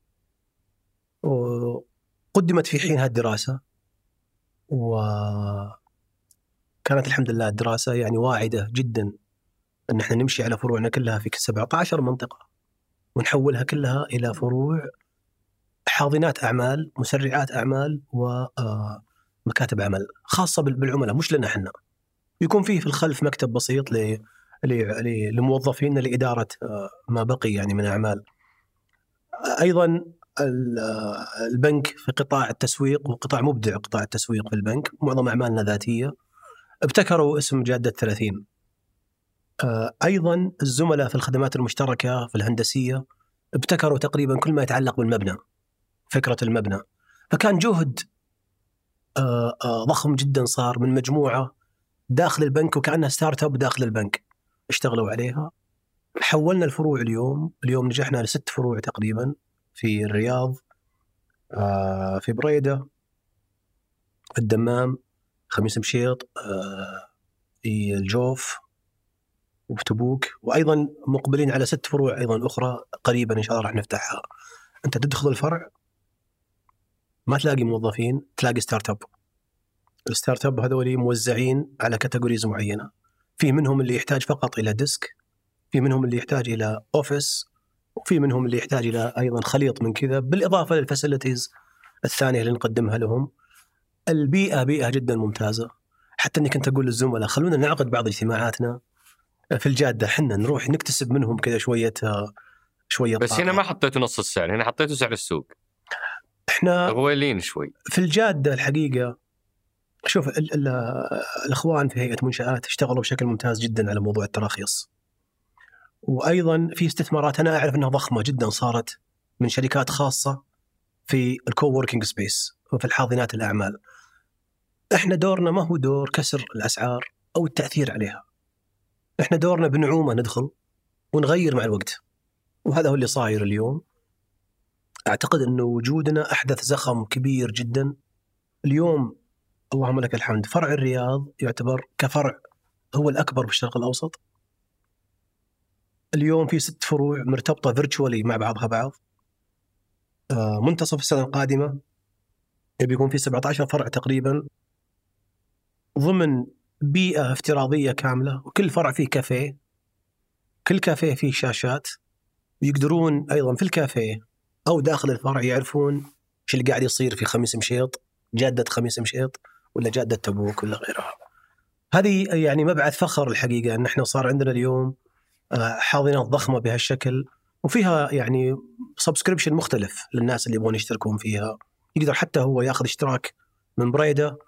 وقدمت في حينها الدراسة، وكانت الحمد لله الدراسة يعني واعدة جدا أن احنا نمشي على فروعنا كلها في سبعة عشر منطقة ونحولها كلها إلى فروع حاضنات أعمال، مسرعات أعمال، ومكاتب عمل خاصة بالعملاء، مش لنا احنا. يكون فيه في الخلف مكتب بسيط لموظفين لإدارة ما بقي يعني من أعمال. أيضا البنك في قطاع التسويق، وقطاع مبدع قطاع التسويق في البنك، معظم أعمالنا ذاتية، ابتكروا اسم جادة ثلاثين. أيضا الزملاء في الخدمات المشتركة في الهندسية ابتكروا تقريبا كل ما يتعلق بالمبنى، فكرة المبنى. فكان جهد ضخم جدا صار من مجموعة داخل البنك، وكأنها ستارت اب داخل البنك اشتغلوا عليها. حولنا الفروع اليوم اليوم نجحنا لست فروع تقريبا في الرياض، في بريدة، في الدمام، خميس مشيط، في الجوف، وفي تبوك. وأيضا مقبلين على ست فروع أيضا أخرى قريبا إن شاء الله راح نفتحها. أنت تدخل الفرع ما تلاقي موظفين، تلاقي ستارت اب. الستارت اب هذول موزعين على كاتيجوريز معينة، في منهم اللي يحتاج فقط إلى ديسك، في منهم اللي يحتاج إلى أوفيس، وفي منهم اللي يحتاج إلى أيضا خليط من كذا، بالإضافة للفاسيلتيز الثانية اللي نقدمها لهم. البيئة بيئة جدا ممتازة، حتى أني كنت أقول للزملاء خلونا نعقد بعض اجتماعاتنا في الجادة، حنا نروح نكتسب منهم كذا شوية شوية. بس هنا ما حطيتوا نص السعر، هنا حطيتوا سعر السوق. احنا غويلين شوي في الجادة الحقيقة. شوف ال ال الأخوان في هيئة منشآت اشتغلوا بشكل ممتاز جدا على موضوع التراخيص، وأيضا في استثمارات أنا أعرف أنها ضخمة جدا صارت من شركات خاصة في الكووركينج سبيس وفي الحاضنات الأعمال. احنا دورنا ما هو دور كسر الأسعار أو التأثير عليها، احنا دورنا بنعومة ندخل ونغير مع الوقت، وهذا هو اللي صاير اليوم. أعتقد أنه وجودنا أحدث زخم كبير جدا اليوم. اللهم لك الحمد، فرع الرياض يعتبر كفرع هو الأكبر بالشرق الأوسط. اليوم في ست فروع مرتبطة فيرتشوالي مع بعضها بعض. منتصف السنة القادمة بيكون في سبعة عشر فرع تقريبا ضمن بيئة افتراضية كاملة، وكل فرع فيه كافيه، كل كافيه فيه شاشات، ويقدرون أيضا في الكافيه أو داخل الفرع يعرفون ايش اللي قاعد يصير في خميس مشيط، جادة خميس مشيط ولا جادة تبوك ولا غيرها. هذه يعني مبعث فخر الحقيقة أن احنا صار عندنا اليوم حاضنات ضخمة بهالشكل، وفيها يعني سبسكريبشن مختلف للناس اللي يبغون يشتركون فيها. يقدر حتى هو ياخذ اشتراك من بريدة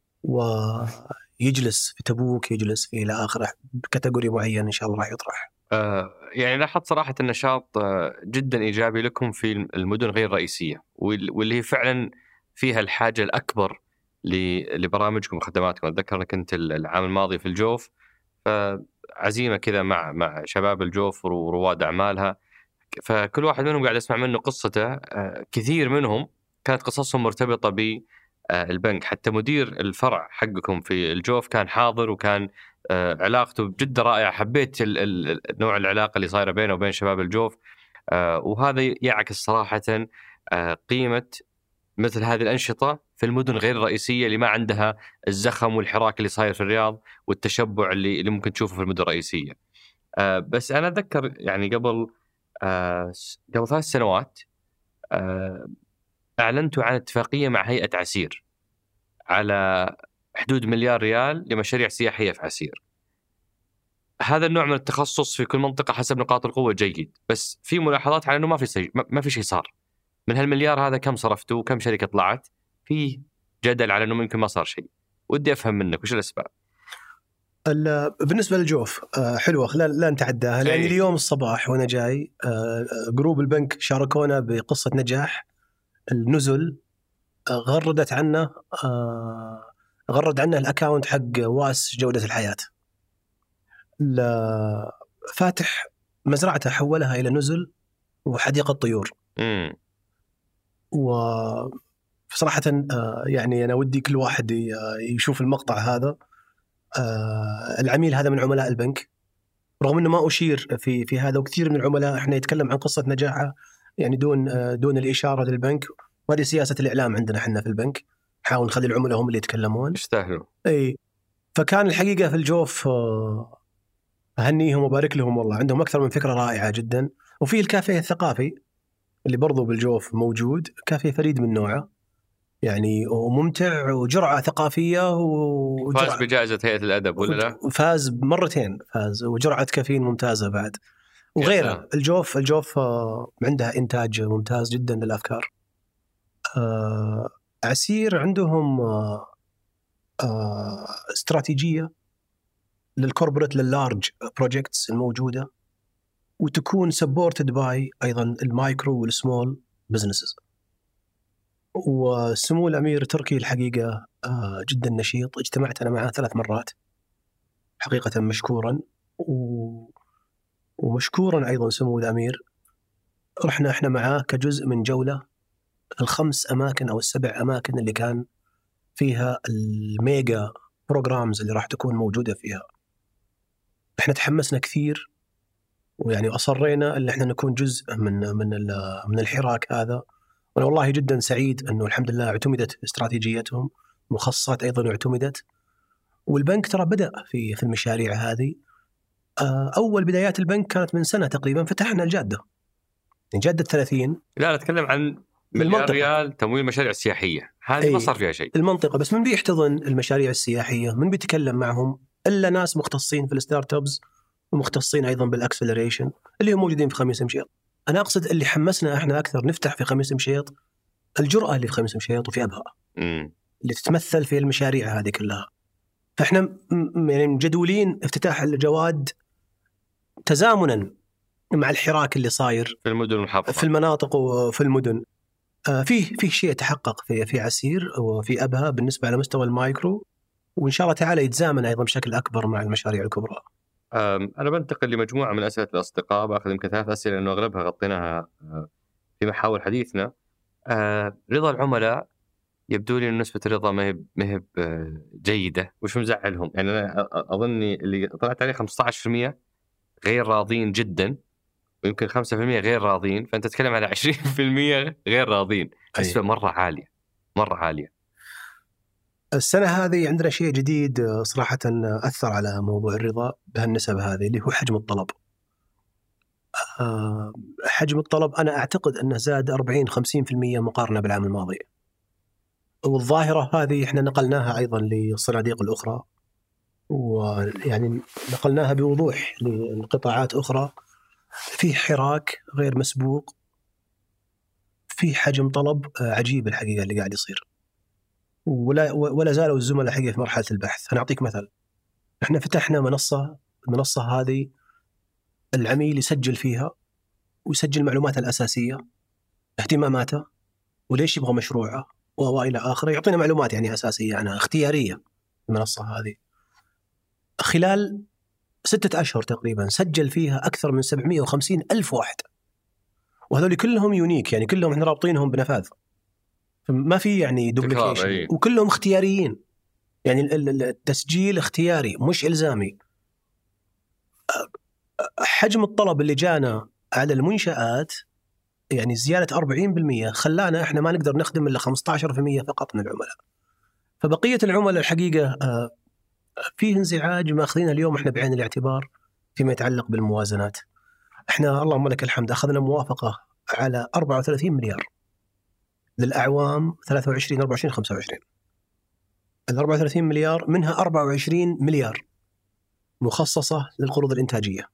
ويجلس في تبوك، يجلس في إلى آخره بكاتيجوري معين إن شاء الله راح يطرح. آه يعني لاحظت صراحة النشاط آه جدا إيجابي لكم في المدن غير الرئيسية، واللي فعلا فيها الحاجة الأكبر لبرامجكم وخدماتكم. أتذكر أنك كنت العام الماضي في الجوف، فعزيمة كذا مع مع شباب الجوف ورواد أعمالها، فكل واحد منهم قاعد أسمع منه قصته. آه كثير منهم كانت قصصهم مرتبطة بالبنك، حتى مدير الفرع حقكم في الجوف كان حاضر وكان آه علاقته جدا رائعة. حبيت نوع العلاقة اللي صايرة بينه وبين شباب الجوف، آه وهذا يعكس صراحة آه قيمة مثل هذه الأنشطة في المدن غير الرئيسية اللي ما عندها الزخم والحراك اللي صاير في الرياض والتشبع اللي, اللي ممكن تشوفه في المدن الرئيسية. آه بس أنا أتذكر يعني قبل آه قبل ثلاث سنوات آه أعلنتوا عن اتفاقية مع هيئة عسير على حدود مليار ريال لمشاريع سياحية في عسير. هذا النوع من التخصص في كل منطقة حسب نقاط القوة جيد، بس في ملاحظات على أنه ما في شيء ما في شيء صار. من هالمليار هذا كم صرفتوا وكم شركة طلعت؟ في جدل على أنه ممكن ما صار شيء. ودي أفهم منك وش الأسباب. بالنسبة للجوف حلوة، لا لا نتعداها، لأن يعني اليوم الصباح وأنا جاي جروب البنك شاركونا بقصة نجاح النزل، غردت عنه غرد عنه الأكاونت حق واس جودة الحياة. فاتح مزرعته حولها إلى نزل وحديقة طيور. امم وصراحة يعني أنا ودي كل واحد يشوف المقطع هذا. العميل هذا من عملاء البنك، رغم أنه ما أشير في في هذا، وكثير من العملاء إحنا يتكلم عن قصة نجاحه يعني دون دون الإشارة للبنك. وهذه سياسة الإعلام عندنا إحنا في البنك، نحاول نخلي العملاء هم اللي يتكلمون. يستاهلوا. أي فكان الحقيقة في الجوف أهنيهم وبارك لهم، والله عندهم أكثر من فكرة رائعة جدا. وفي الكافيه الثقافي اللي برضو بالجوف موجود، كافيه فريد من نوعه يعني، وممتع وجرعة ثقافية وجرعة فاز بجائزة هيئة الأدب ولا لا؟ فاز مرتين، فاز وجرعة كافيين ممتازة بعد وغيره. الجوف الجوف عندها إنتاج ممتاز جدا للأفكار. عسير عندهم استراتيجية للكوربريت لللارج بروجيكتس الموجودة، وتكون سبورتد باي أيضا المايكرو والسمول بزنسز. وسمو الأمير تركي الحقيقة جدا نشيط، اجتمعت أنا معه ثلاث مرات حقيقة مشكورا، ومشكورا أيضا سمو الأمير. رحنا إحنا معاه كجزء من جولة الخمس أماكن أو السبع أماكن اللي كان فيها الميجا بروجرامز اللي راح تكون موجودة فيها. إحنا تحمسنا كثير، ويعني أصرينا اللي إحنا نكون جزء من من من الحراك هذا. وأنا والله جدا سعيد أنه الحمد لله اعتمدت استراتيجيتهم، مخصصات أيضا اعتمدت. والبنك ترى بدأ في في المشاريع هذه. أول بدايات البنك كانت من سنة تقريبا، فتحنا الجادة جادة ثلاثين. لا نتكلم عن مليار ريال تمويل مشاريع سياحية، هذه ما صار فيها شيء. المنطقة بس من بيحتضن المشاريع السياحية، من بيتكلم معهم إلا ناس مختصين في الستارت أبس ومختصين أيضا بالأكسلريشن اللي هم موجودين في خميس مشيط. أنا أقصد اللي حمسنا إحنا أكثر نفتح في خميس مشيط الجرأة اللي في خميس مشيط وفي أبها م. اللي تتمثل في المشاريع هذه كلها. فإحنا يعني مجدولين افتتاح الجواد تزامنا مع الحراك اللي صاير في المدن المحافظة، في المناطق وفي المدن. آه فيه فيه شيء تحقق في في عسير وفي أبها بالنسبة على مستوى المايكرو، وإن شاء الله تعالى يتزامن أيضا بشكل أكبر مع المشاريع الكبرى. أنا بنتقل لمجموعة من أسئلة الأصدقاء، بأخذ يمكن ثلاث أسئلة لأنه أغلبها غطيناها في محاور حديثنا. رضا العملاء يبدو لي أن نسبة الرضا ما هي ما هي جيدة. وش مزعلهم؟ يعني أنا أظني اللي طلعت عليه خمسة عشر بالمئة غير راضين جدا، ويمكن خمسة بالمئة غير راضين، فأنت تتكلم على عشرين بالمئة غير راضين. نسبة مرة عالية مرة عالية. السنة هذه عندنا شيء جديد صراحة أثر على موضوع الرضا بهالنسب هذه، اللي هو حجم الطلب. أه حجم الطلب أنا أعتقد أنه زاد أربعين خمسين بالمئة مقارنة بالعام الماضي، والظاهرة هذه إحنا نقلناها أيضا للصناديق الأخرى. ويعني نقلناها بوضوح لقطاعات أخرى. في حراك غير مسبوق، في حجم طلب عجيب الحقيقة اللي قاعد يصير، ولا ولا زالوا الزملاء حقيقة في مرحلة البحث. أنا أعطيك مثل، إحنا فتحنا منصة، المنصة هذه العميل يسجل فيها ويسجل معلوماته الأساسية، اهتماماته، وليش يبغى مشروعه وإلى آخره، يعطينا معلومات يعني أساسية عنها، اختيارية. المنصة هذه خلال ستة أشهر تقريبا سجل فيها أكثر من سبعمائة وخمسين ألف واحد، وهذول كلهم يونيك، يعني كلهم احنا رابطينهم بنفاذ، ما في يعني دوبليكيشن، وكلهم اختياريين، يعني التسجيل اختياري مش إلزامي. حجم الطلب اللي جانا على المنشآت يعني زيادة أربعين بالمئة خلانا احنا ما نقدر نخدم إلا خمسة عشر بالمئة فقط من العملاء. فبقية العملاء الحقيقة فيه انزعاج ماخذينها اليوم احنا بعين الاعتبار فيما يتعلق بالموازنات. احنا اللهم لك الحمد اخذنا موافقة على أربعة وثلاثين مليار للأعوام ثلاثة وعشرين أربعة وعشرين خمسة وعشرين. ال أربعة وثلاثين مليار منها أربعة وعشرين مليار مخصصة للقروض الإنتاجية.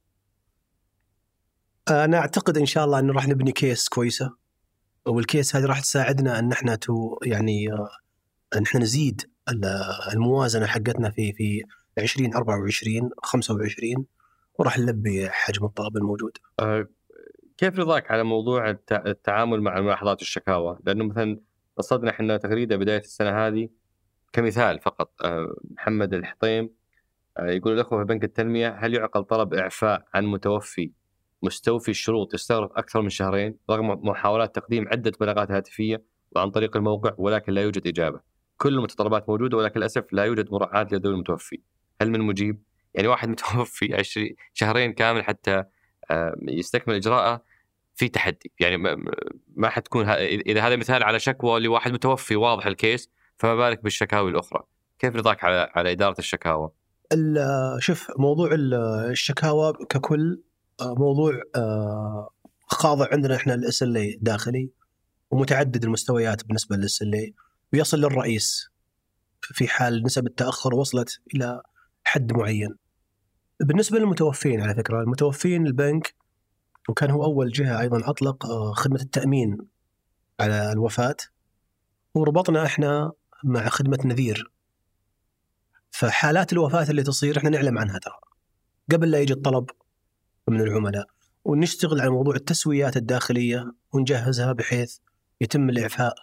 أنا أعتقد إن شاء الله أن راح نبني كيس كويسة، والكيس هذه راح تساعدنا أن احنا تو يعني أن احنا نزيد الموازنة حقتنا في في عشرين أربعة وعشرين خمسة وعشرين، وراح نلبي حجم الطلب الموجود. أه كيف رضاك على موضوع التعامل مع الملاحظات والشكاوى؟ لأنه مثلا قصدنا احنا تغريدة بداية السنة هذه كمثال فقط. أه محمد الحطيم أه يقول الأخوة في بنك التنمية: هل يعقل طلب إعفاء عن متوفي مستوفي الشروط يستغرق أكثر من شهرين رغم محاولات تقديم عدة بلاغات هاتفية وعن طريق الموقع، ولكن لا يوجد إجابة؟ كل المتطلبات موجودة ولكن للأسف لا يوجد مراعاة لذوي المتوفي. هل من مجيب؟ يعني واحد متوفي عشرين شهرين كامل حتى يستكمل إجراءه في تحدي. يعني ما حتكون إذا هذا مثال على شكوى لواحد متوفي واضح الكيس، فما بالك بالشكاوي الأخرى. كيف رضاك على على إدارة الشكاوى؟ شوف، موضوع الشكاوى ككل موضوع خاضع عندنا احنا الاس ال اي داخلي ومتعدد المستويات بالنسبه للاس ال اي، ويصل للرئيس في حال نسب التاخر وصلت الى حد معين. بالنسبه للمتوفين، على فكره المتوفين البنك وكان هو اول جهه ايضا اطلق خدمه التامين على الوفاه، وربطنا احنا مع خدمه نذير. فحالات الوفاه اللي تصير احنا نعلم عنها ترى قبل لا يجي الطلب من العملاء، ونشتغل على موضوع التسويات الداخلية ونجهزها بحيث يتم الإعفاء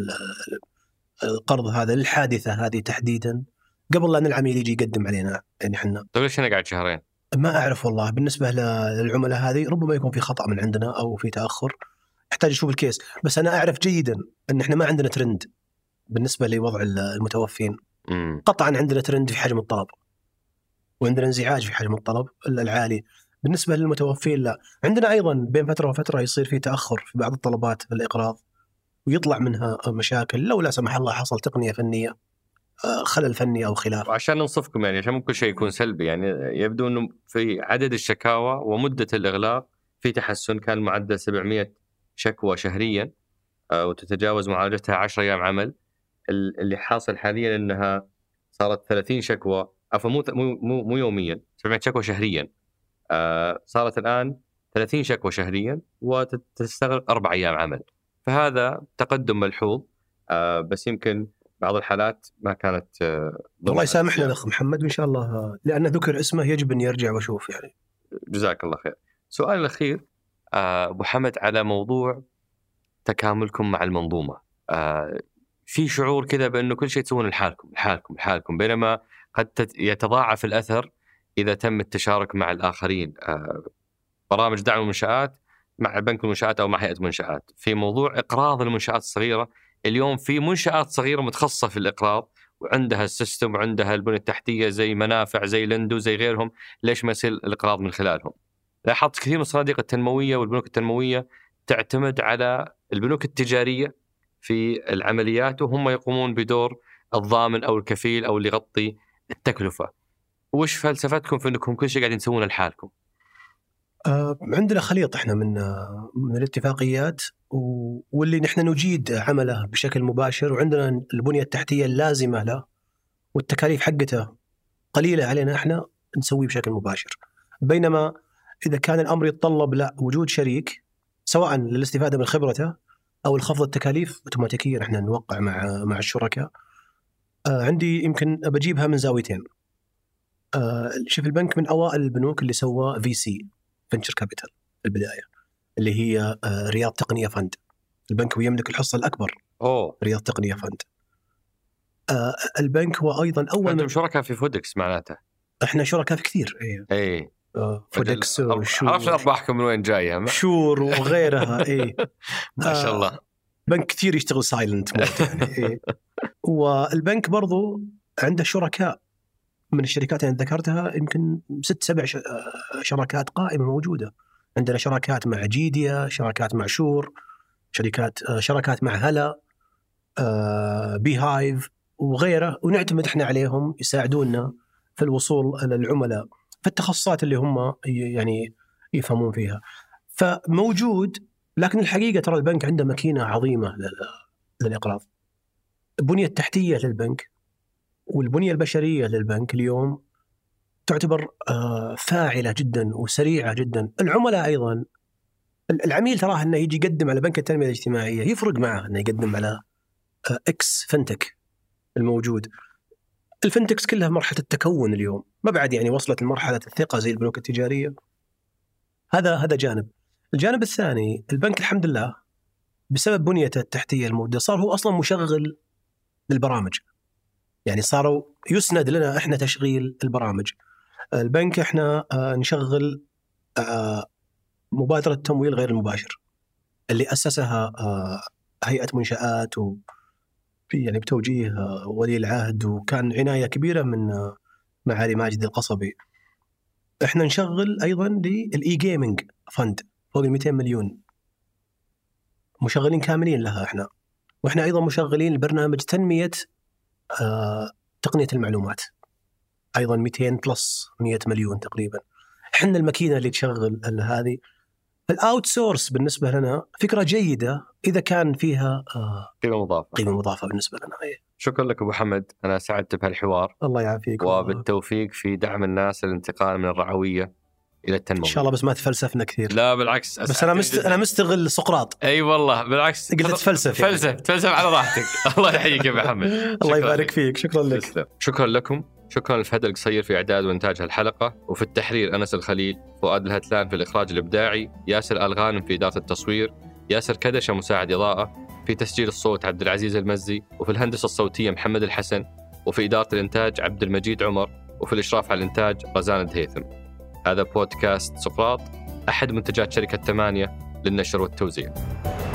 القرض هذا للحادثة هذه تحديدا قبل لا العميل يجي يقدم علينا. يعني احنا طيب ليش أنا قاعد شهرين؟ ما أعرف والله. بالنسبة للعملاء هذه ربما يكون في خطأ من عندنا أو في تأخر، يحتاج أشوف الكيس. بس أنا أعرف جيدا أن احنا ما عندنا ترند بالنسبة لوضع المتوفين. م. قطعا عندنا ترند في حجم الطلب، وعندنا انزعاج في حجم الطلب العالي. بالنسبة للمتوفين لا، عندنا أيضا بين فترة وفترة يصير في تأخر في بعض الطلبات في الإقراض ويطلع منها مشاكل لو لا سمح الله حصل تقنية فنية، خلل فني أو خلاف. وعشان ننصفكم يعني عشان مو كل شيء يكون سلبي، يعني يبدو أنه في عدد الشكاوى ومدة الإغلاق في تحسن. كان المعدل سبعمائة شكوى شهريا وتتجاوز معالجتها عشرة أيام عمل. اللي حاصل حاليا أنها صارت ثلاثين شكوى، عفوا مو مو مو يوميا، سبعمائة شكوى شهريا. آه صارت الآن ثلاثين شكوى شهريا وتستغرق أربع أيام عمل. فهذا تقدم ملحوظ. آه بس يمكن بعض الحالات ما كانت آه الله يسامحنا الأخ محمد، وإن شاء الله لأن ذكر اسمه يجب أن يرجع وشوف. يعني جزاك الله خير. سؤال الأخير آه أبو حمد على موضوع تكاملكم مع المنظومة. آه في شعور كذا بأنه كل شيء تسوون لحالكم لحالكم لحالكم، بينما قد يتضاعف الأثر إذا تم التشارك مع الآخرين. آه برامج دعم المنشآت مع بنك المنشآت أو مع هيئة المنشآت في موضوع إقراض المنشآت الصغيرة. اليوم في منشآت صغيرة متخصصة في الإقراض وعندها السيستم وعندها البنية التحتية زي منافع زي لندو زي غيرهم، ليش ما يصير الإقراض من خلالهم؟ لاحظت كثير من الصناديق التنموية والبنوك التنموية تعتمد على البنوك التجارية في العمليات، وهم يقومون بدور الضامن أو الكفيل أو اللي يغطي التكلفة. وش فلسفتكم في أنكم كل شيء قاعدين تسوونه لحالكم؟ آه عندنا خليط احنا من آه من الاتفاقيات واللي نحن نجيد عمله بشكل مباشر، وعندنا البنية التحتية اللازمة له والتكاليف حقته قليلة علينا إحنا نسويه بشكل مباشر. بينما إذا كان الأمر يتطلب لا وجود شريك سواء للاستفادة من خبرته أو الخفض التكاليف، أوتوماتيكيا إحنا نوقع مع مع الشركاء. آه عندي يمكن بجيبها من زاويتين. آه شوف البنك من أوائل البنوك اللي سوى في سي فينتشر كابيتال في البداية، اللي هي آه رياض تقنية فند. البنك ويملك الحصة الأكبر. أوه. رياض تقنية فند. آه البنك هو أيضا أول. أنتم شركاء في فودكس معناته؟ إحنا شركاء في كثير. إيه. إيه. آه فودكس وشور. عرفت أرباحكم من وين جاية؟ شور وغيرها. إيه. ما شاء الله. آه بنك كثير يشتغل سايلنت مود يعني. إيه. والبنك برضو عنده شركاء من الشركات اللي ذكرتها، يمكن ست سبع شراكات قائمة موجودة. عندنا شراكات مع جيديا، شراكات مع شور، شركات شراكات مع هلا، بي هايف وغيره، ونعتمد احنا عليهم يساعدونا في الوصول للعملاء في التخصصات اللي هم يعني يفهمون فيها. فموجود. لكن الحقيقة ترى البنك عنده ماكينة عظيمة للإقراض. البنية التحتية للبنك والبنية البشرية للبنك اليوم تعتبر فاعلة جدا وسريعة جدا. العملاء أيضا، العميل تراه أنه يجي يقدم على بنك التنمية الاجتماعية يفرق معه أنه يقدم على إكس فنتك الموجود. الفنتكس كلها مرحلة التكون اليوم، ما بعد يعني وصلت لمرحلة الثقة زي البنوك التجارية. هذا هذا جانب. الجانب الثاني، البنك الحمد لله بسبب بنيته التحتية الموجودة صار هو أصلا مشغل للبرامج. يعني صاروا يسند لنا إحنا تشغيل البرامج. البنك إحنا نشغل مبادرة تمويل غير المباشر اللي أسسها هيئة منشآت و يعني بتوجيه ولي العهد، وكان عناية كبيرة من معالي ماجد القصبي. إحنا نشغل أيضا للإي جيمينج فند فوق مئتين مليون مشغلين كاملين لها إحنا. وإحنا أيضا مشغلين البرنامج تنمية آه تقنية المعلومات أيضا مئتين بلس مئة مليون تقريبا. إحنا الماكينة اللي تشغل هذه. الأوت سورس بالنسبة لنا فكرة جيدة إذا كان فيها آه قيمة مضافة. قيمة مضافة بالنسبة لنا. إيه. شكرا لك أبو حمد، أنا سعدت بهالحوار. الله يعافيك. وبالتوفيق في دعم الناس الانتقال من الرعوية إلى التنمية إن شاء الله. بس ما تفلسفنا كثير. لا بالعكس. بس أنا مست... أنا مستغل سقراط. أي أيوة والله بالعكس. قلت تفلسف. فلسف يعني. تفلسف على راحتك. الله يحييك يا أبو حمد. الله يبارك فيك. شكرا لك. تسلم. شكرا لكم. شكرا لفهد القصير في إعداد وإنتاج هالحلقة، وفي التحرير أنس الخليل، فؤاد الهتلان في الإخراج الإبداعي، ياسر الغانم في إدارة التصوير، ياسر كدشة مساعد إضاءة، في تسجيل الصوت عبد العزيز المزي، وفي الهندسة الصوتية محمد الحسن، وفي إدارة الإنتاج عبد المجيد عمر، وفي الإشراف على الإنتاج غزان الدهيثم. هذا بودكاست سقراط، أحد منتجات شركة ثمانية للنشر والتوزيع.